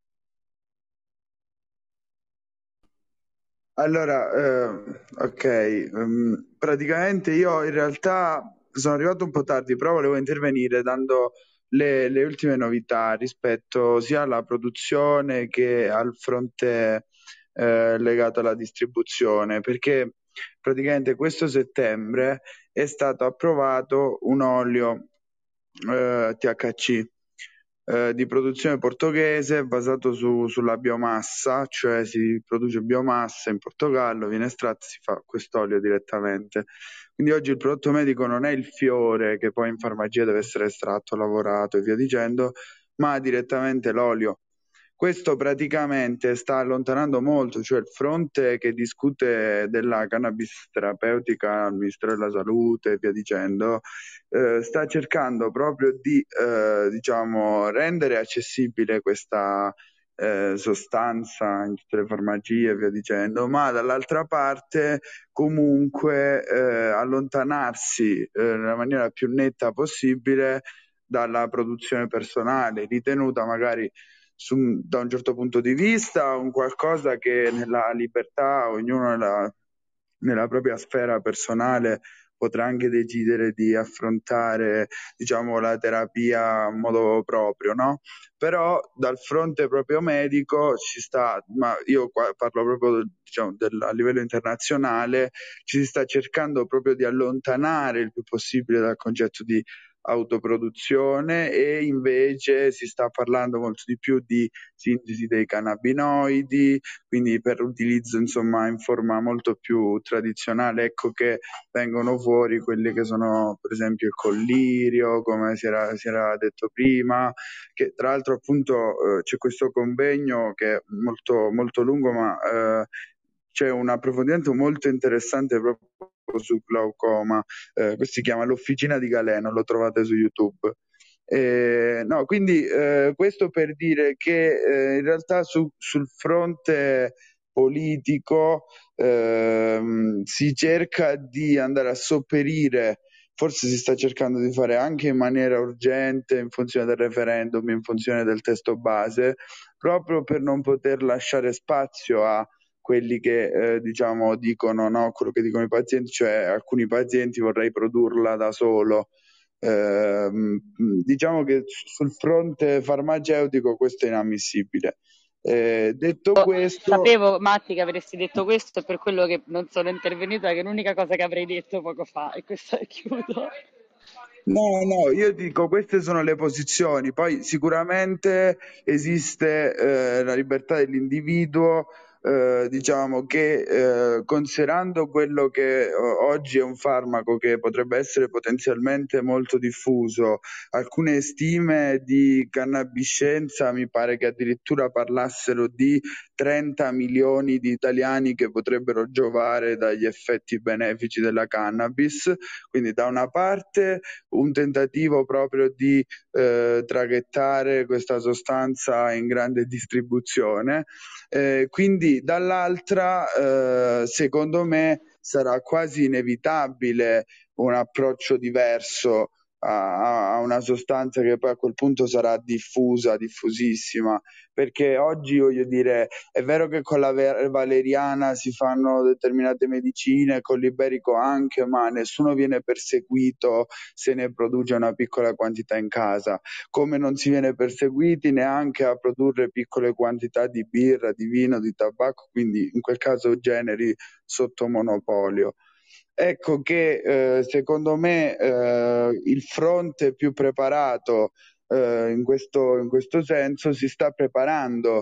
Allora, ok, praticamente io in realtà sono arrivato un po' tardi, però volevo intervenire dando le ultime novità rispetto sia alla produzione che al fronte legato alla distribuzione, perché praticamente questo settembre è stato approvato un olio THC di produzione portoghese basato sulla biomassa, cioè si produce biomassa in Portogallo, viene estratta e si fa quest'olio direttamente. Quindi oggi il prodotto medico non è il fiore che poi in farmacia deve essere estratto, lavorato e via dicendo, ma direttamente l'olio. Questo praticamente sta allontanando molto, cioè il fronte che discute della cannabis terapeutica al Ministero della Salute e via dicendo, sta cercando proprio di diciamo, rendere accessibile questa sostanza in tutte le farmacie e via dicendo, ma dall'altra parte comunque allontanarsi nella maniera più netta possibile dalla produzione personale, ritenuta magari da un certo punto di vista un qualcosa che nella libertà ognuno nella propria sfera personale potrà anche decidere di affrontare, diciamo, la terapia in modo proprio, no? Però dal fronte proprio medico ci sta, ma io qua parlo proprio, diciamo, a livello internazionale, ci si sta cercando proprio di allontanare il più possibile dal concetto di autoproduzione, e invece si sta parlando molto di più di sintesi dei cannabinoidi, quindi per utilizzo insomma in forma molto più tradizionale, ecco che vengono fuori quelli che sono per esempio il collirio, come si era detto prima, che tra l'altro appunto c'è questo convegno che è molto, molto lungo, ma c'è un approfondimento molto interessante proprio sul glaucoma, questo si chiama L'Officina di Galeno, lo trovate su YouTube. No, quindi questo per dire che in realtà sul fronte politico si cerca di andare a sopperire, forse si sta cercando di fare anche in maniera urgente in funzione del referendum, in funzione del testo base, proprio per non poter lasciare spazio a quelli che diciamo dicono no, quello che dicono i pazienti, cioè alcuni pazienti vorrei produrla da solo. Diciamo che sul fronte farmaceutico questo è inammissibile. Detto questo, Sapevo, Matti, che avresti detto questo, e per quello che non sono intervenuta, che è l'unica cosa che avrei detto poco fa, e questo chiudo. no, io dico queste sono le posizioni, poi sicuramente esiste la libertà dell'individuo, diciamo che considerando quello che oggi è un farmaco che potrebbe essere potenzialmente molto diffuso, alcune stime di cannabiscenza mi pare che addirittura parlassero di 30 milioni di italiani che potrebbero giovare dagli effetti benefici della cannabis, quindi da una parte un tentativo proprio di traghettare questa sostanza in grande distribuzione, quindi dall'altra secondo me sarà quasi inevitabile un approccio diverso a una sostanza che poi a quel punto sarà diffusissima, perché oggi voglio dire è vero che con la valeriana si fanno determinate medicine, con l'iberico anche, ma nessuno viene perseguito se ne produce una piccola quantità in casa, come non si viene perseguiti neanche a produrre piccole quantità di birra, di vino, di tabacco, quindi in quel caso generi sotto monopolio. Ecco che secondo me il fronte più preparato in questo senso si sta preparando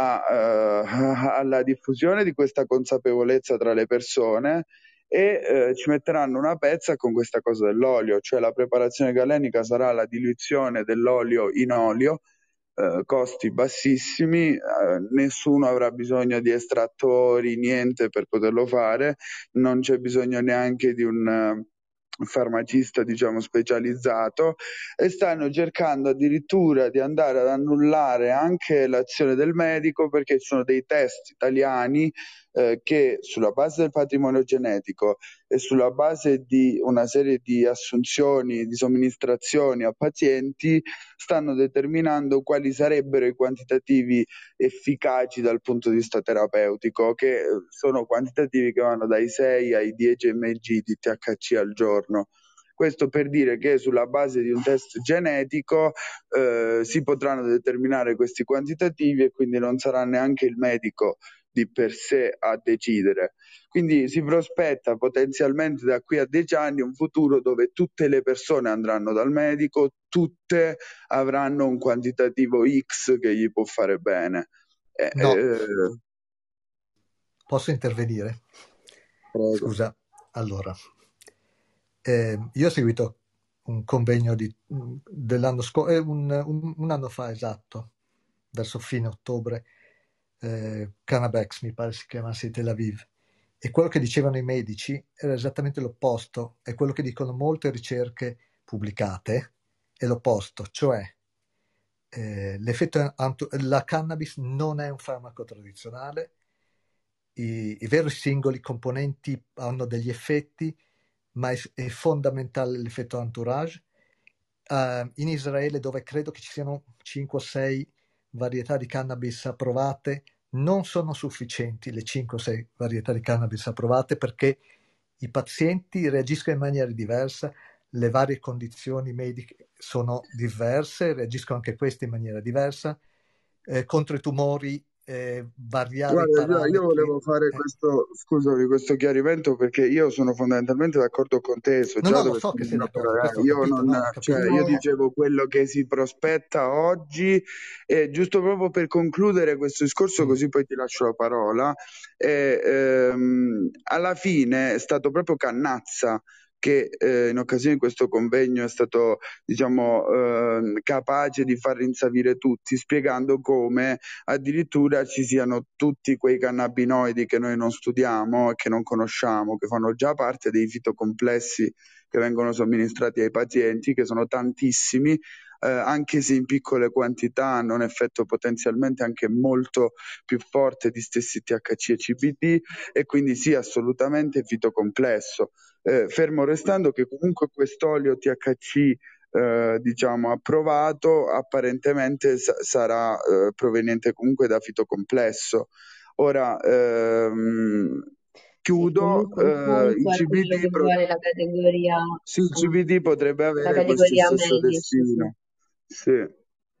alla diffusione di questa consapevolezza tra le persone, e ci metteranno una pezza con questa cosa dell'olio, cioè la preparazione galenica sarà la diluizione dell'olio in olio, costi bassissimi, nessuno avrà bisogno di estrattori, niente per poterlo fare, non c'è bisogno neanche di un farmacista diciamo specializzato, e stanno cercando addirittura di andare ad annullare anche l'azione del medico, perché ci sono dei test italiani che sulla base del patrimonio genetico e sulla base di una serie di assunzioni, di somministrazioni a pazienti, stanno determinando quali sarebbero i quantitativi efficaci dal punto di vista terapeutico, che sono quantitativi che vanno dai 6 ai 10 mg di THC al giorno. Questo per dire che sulla base di un test genetico si potranno determinare questi quantitativi, e quindi non sarà neanche il medico di per sé a decidere. Quindi si prospetta potenzialmente da qui a 10 anni un futuro dove tutte le persone andranno dal medico, tutte avranno un quantitativo X che gli può fare bene. No, posso intervenire? Prego. Scusa, allora, io ho seguito un convegno dell'anno scorso, un anno fa esatto, verso fine ottobre, Canabex mi pare si chiamasse, di Tel Aviv, e quello che dicevano i medici era esattamente l'opposto, è quello che dicono molte ricerche pubblicate, è l'opposto, cioè la cannabis non è un farmaco tradizionale, i veri singoli componenti hanno degli effetti, ma è fondamentale l'effetto entourage. In Israele, dove credo che ci siano 5 o 6 varietà di cannabis approvate, non sono sufficienti le 5 o 6 varietà di cannabis approvate, perché i pazienti reagiscono in maniera diversa, le varie condizioni mediche sono diverse, reagiscono anche queste in maniera diversa. Contro i tumori variare i Guarda, io parametri. volevo fare questo chiarimento perché io sono fondamentalmente d'accordo con te, so No, già no, lo dove so che stai sei andando, d'accordo, questo ho io capito, non, no, ho cioè, capito. io No, dicevo quello che si prospetta oggi, e giusto proprio per concludere questo discorso, Mm. così poi ti lascio la parola, alla fine è stato proprio Cannazza che in occasione di questo convegno è stato, diciamo, capace di far rinsavire tutti, spiegando come addirittura ci siano tutti quei cannabinoidi che noi non studiamo e che non conosciamo, che fanno già parte dei fitocomplessi che vengono somministrati ai pazienti, che sono tantissimi, anche se in piccole quantità hanno un effetto potenzialmente anche molto più forte di stessi THC e CBD, e quindi sì, assolutamente fitocomplesso. Fermo restando che comunque quest'olio THC diciamo approvato apparentemente sarà proveniente comunque da fitocomplesso. Ora sì, chiudo, comunque un il conto è quello CBD, che vuole sì, il CBD potrebbe la avere questo categoria stesso medici, sì. destino. Sì.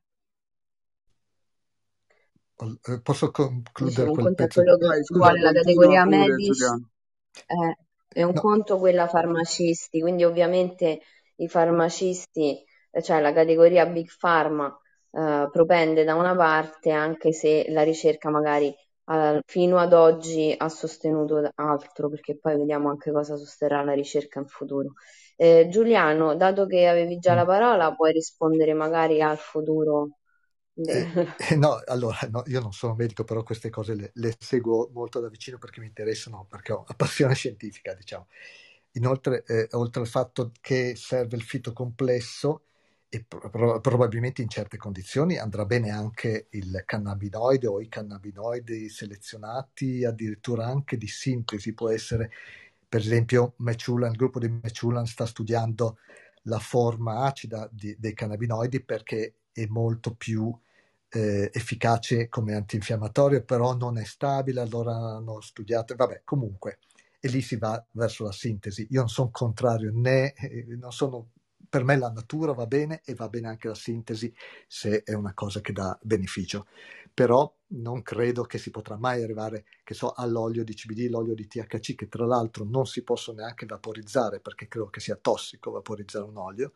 Posso concludere Dicevo, un quel conto è pezzo? quello che Vai, scusa, vuole la continua categoria pure, medici, Giuliano. è un No, conto quella farmacisti, quindi ovviamente i farmacisti, cioè la categoria Big Pharma, propende da una parte, anche se la ricerca magari fino ad oggi ha sostenuto altro, perché poi vediamo anche cosa sosterrà la ricerca in futuro. Giuliano, dato che avevi già la parola, puoi rispondere magari al futuro. no, allora, no, io non sono medico, però queste cose le seguo molto da vicino perché mi interessano, perché ho una passione scientifica, diciamo. Inoltre, oltre al fatto che serve il fitocomplesso, e probabilmente in certe condizioni andrà bene anche il cannabinoide o i cannabinoidi selezionati, addirittura anche di sintesi, può essere, per esempio, il gruppo di Mechulan sta studiando la forma acida dei cannabinoidi perché è molto più efficace come antinfiammatorio, però non è stabile, allora hanno studiato, vabbè, comunque, e lì si va verso la sintesi. Io non sono contrario, non sono, per me la natura va bene e va bene anche la sintesi se è una cosa che dà beneficio, però non credo che si potrà mai arrivare, che so, all'olio di CBD, l'olio di THC, che tra l'altro non si possono neanche vaporizzare perché credo che sia tossico vaporizzare un olio.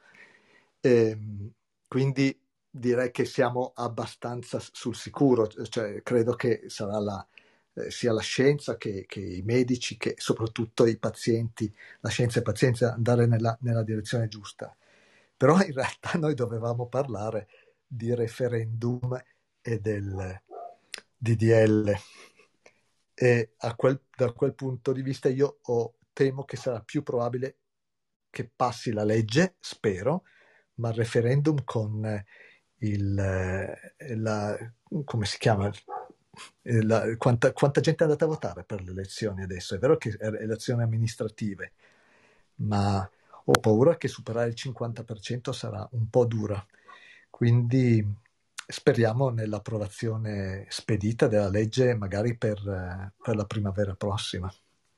Quindi direi che siamo abbastanza sul sicuro, cioè credo che sarà sia la scienza che i medici, che soprattutto i pazienti, la scienza e i pazienti andare nella direzione giusta. Però in realtà noi dovevamo parlare di referendum e del DDL. E da quel punto di vista io temo che sarà più probabile che passi la legge, spero, ma il referendum con come si chiama? Quanta gente è andata a votare per le elezioni adesso? È vero che è elezioni amministrative, ma ho paura che superare il 50% sarà un po' dura. Quindi speriamo nell'approvazione spedita della legge, magari per la primavera prossima.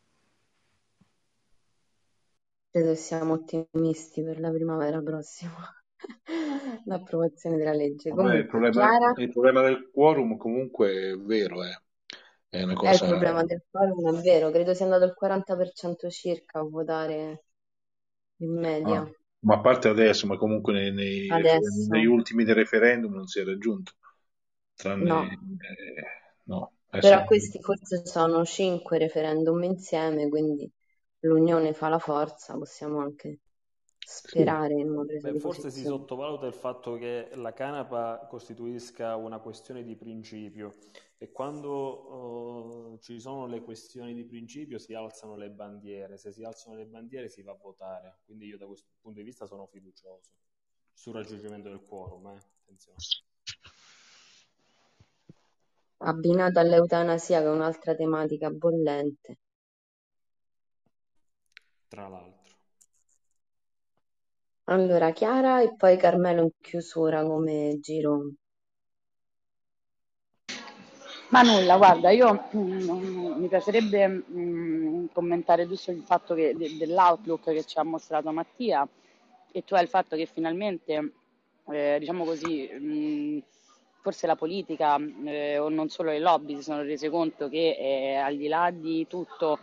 Credo siamo ottimisti per la primavera prossima, l'approvazione della legge. Vabbè, Comunque, Chiara, il problema del quorum comunque è vero, è una è il cosa... problema del forum, è vero, credo sia andato il 40% circa a votare in media Ah, ma a parte adesso, ma comunque negli adesso. ultimi dei referendum non si è raggiunto, tranne... No, no, però adesso... questi forse sono 5 referendum insieme, quindi l'unione fa la forza, possiamo anche Sì. sperare in una presa Beh, di forse si posizione. sottovaluta il fatto che la canapa costituisca una questione di principio e quando ci sono le questioni di principio si alzano le bandiere, se si alzano le bandiere si va a votare, quindi io da questo punto di vista sono fiducioso sul raggiungimento del quorum, attenzione. Abbinata all'eutanasia, che è un'altra tematica bollente. Tra l'altro. Allora, Chiara e poi Carmelo in chiusura come giro. Ma nulla, guarda, io mi piacerebbe commentare giusto il fatto dell'outlook che ci ha mostrato Mattia, e cioè il fatto che finalmente, diciamo così, forse la politica o non solo le lobby si sono rese conto che al di là di tutto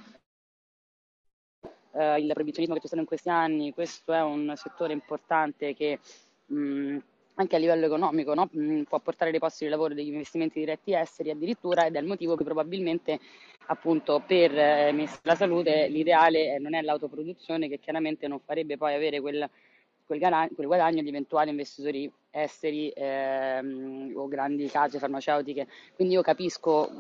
il proibizionismo che c'è stato in questi anni, questo è un settore importante che anche a livello economico, no? Può portare dei posti di lavoro, degli investimenti diretti esteri addirittura, ed è il motivo che probabilmente appunto per il Ministero della Salute l'ideale non è l'autoproduzione, che chiaramente non farebbe poi avere quel guadagno di eventuali investitori esteri o grandi case farmaceutiche. Quindi io capisco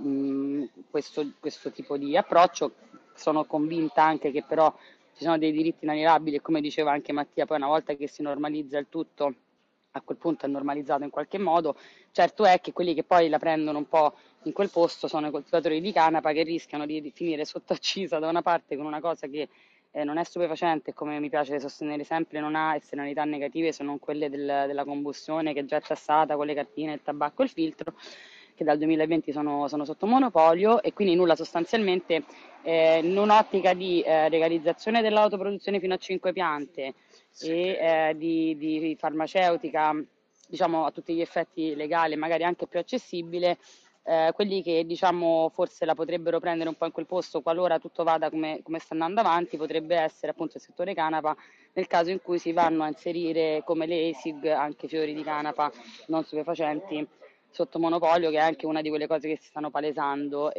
questo tipo di approccio, sono convinta anche che però ci sono dei diritti inalienabili e, come diceva anche Mattia, poi una volta che si normalizza il tutto, a quel punto è normalizzato in qualche modo. Certo è che quelli che poi la prendono un po' in quel posto sono i coltivatori di canapa, che rischiano di finire sotto accisa da una parte con una cosa che non è stupefacente, come mi piace sostenere sempre, non ha esternalità negative se non quelle della combustione, che è già tassata con le cartine, il tabacco e il filtro, che dal 2020 sono sotto monopolio, e quindi nulla sostanzialmente in un'ottica di legalizzazione dell'autoproduzione fino a 5 piante e di farmaceutica, diciamo a tutti gli effetti legale, magari anche più accessibile. Quelli che diciamo forse la potrebbero prendere un po' in quel posto qualora tutto vada come sta andando avanti, potrebbe essere appunto il settore canapa, nel caso in cui si vanno a inserire come le ESIG anche fiori di canapa non stupefacenti sotto monopolio, che è anche una di quelle cose che si stanno palesando.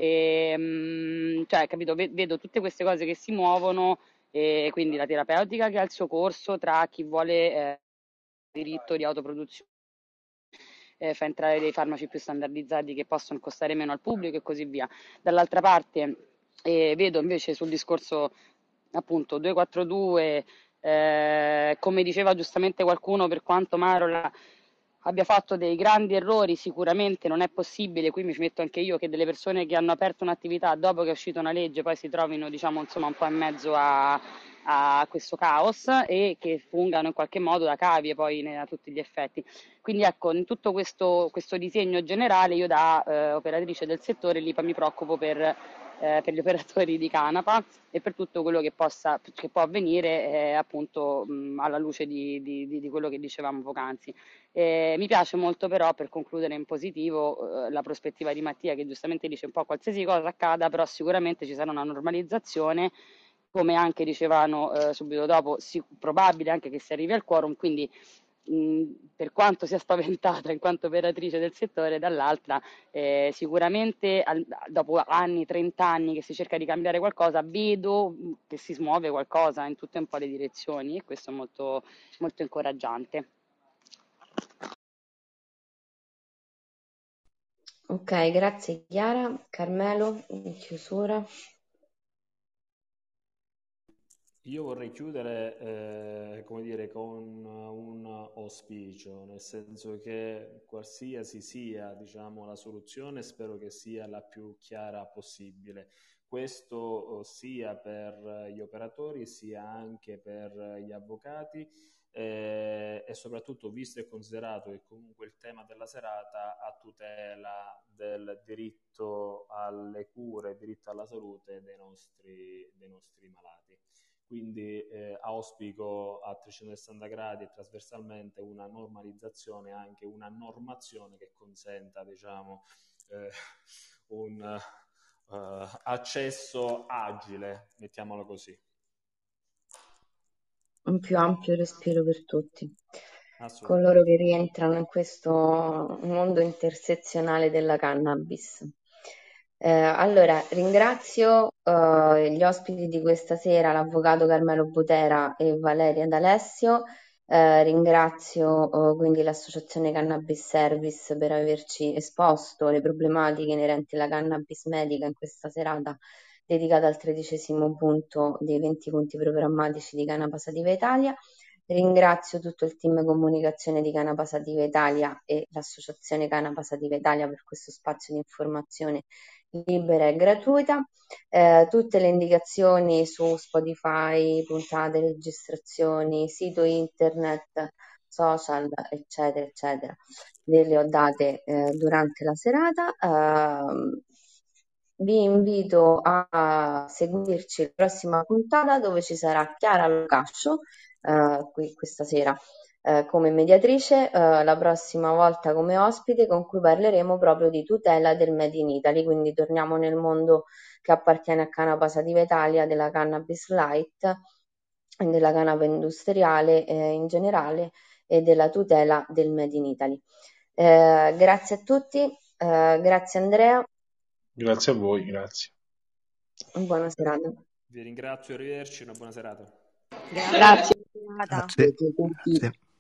E cioè, capito, vedo tutte queste cose che si muovono, e quindi la terapeutica che ha il suo corso tra chi vuole diritto di autoproduzione, fa entrare dei farmaci più standardizzati che possono costare meno al pubblico e così via. Dall'altra parte vedo invece sul discorso appunto 242, come diceva giustamente qualcuno, per quanto Marola abbia fatto dei grandi errori, sicuramente non è possibile, qui mi ci metto anche io, che delle persone che hanno aperto un'attività dopo che è uscita una legge poi si trovino, diciamo, insomma, un po' in mezzo a questo caos e che fungano in qualche modo da cavie poi a tutti gli effetti. Quindi ecco, in tutto questo disegno generale io da operatrice del settore lì mi preoccupo per gli operatori di canapa e per tutto quello che può avvenire appunto alla luce di quello che dicevamo poc'anzi. Mi piace molto però, per concludere in positivo, la prospettiva di Mattia, che giustamente dice un po' qualsiasi cosa accada, però sicuramente ci sarà una normalizzazione, come anche dicevano subito dopo, probabile anche che si arrivi al quorum, quindi per quanto sia spaventata in quanto operatrice del settore, dall'altra sicuramente dopo anni, 30 anni che si cerca di cambiare qualcosa, vedo che si smuove qualcosa in tutte un po' le direzioni, e questo è molto, molto incoraggiante. Ok, grazie Chiara. Carmelo, in chiusura. Io vorrei chiudere, come dire, con un auspicio, nel senso che qualsiasi sia, diciamo, la soluzione, spero che sia la più chiara possibile. Questo sia per gli operatori, sia anche per gli avvocati, e soprattutto visto e considerato che comunque il tema della serata a tutela del diritto alle cure, diritto alla salute dei nostri malati. Quindi auspico a 360 gradi e trasversalmente una normalizzazione, anche una normazione che consenta, diciamo, un accesso agile, mettiamolo così. Un più ampio respiro per tutti, coloro che rientrano in questo mondo intersezionale della cannabis. Allora, ringrazio gli ospiti di questa sera, l'avvocato Carmelo Butera e Valeria D'Alessio. Ringrazio quindi l'associazione Cannabis Service per averci esposto le problematiche inerenti alla cannabis medica in questa serata dedicata al 13° punto dei 20 punti programmatici di Canapa Sativa Italia. Ringrazio tutto il team comunicazione di Canapa Sativa Italia e l'associazione Canapa Sativa Italia per questo spazio di informazione libera e gratuita. Tutte le indicazioni su Spotify, puntate, registrazioni, sito internet, social, eccetera, eccetera, le ho date durante la serata. Vi invito a seguirci la prossima puntata, dove ci sarà Chiara Locascio qui questa sera come mediatrice, la prossima volta come ospite, con cui parleremo proprio di tutela del Made in Italy, quindi torniamo nel mondo che appartiene a Canapa Sativa Italia, della cannabis light, e della canapa industriale in generale e della tutela del Made in Italy. Grazie a tutti, grazie Andrea, Grazie a voi, grazie. buona serata. Vi ringrazio, arrivederci, una buona serata. Grazie. Grazie a tutti. Grazie.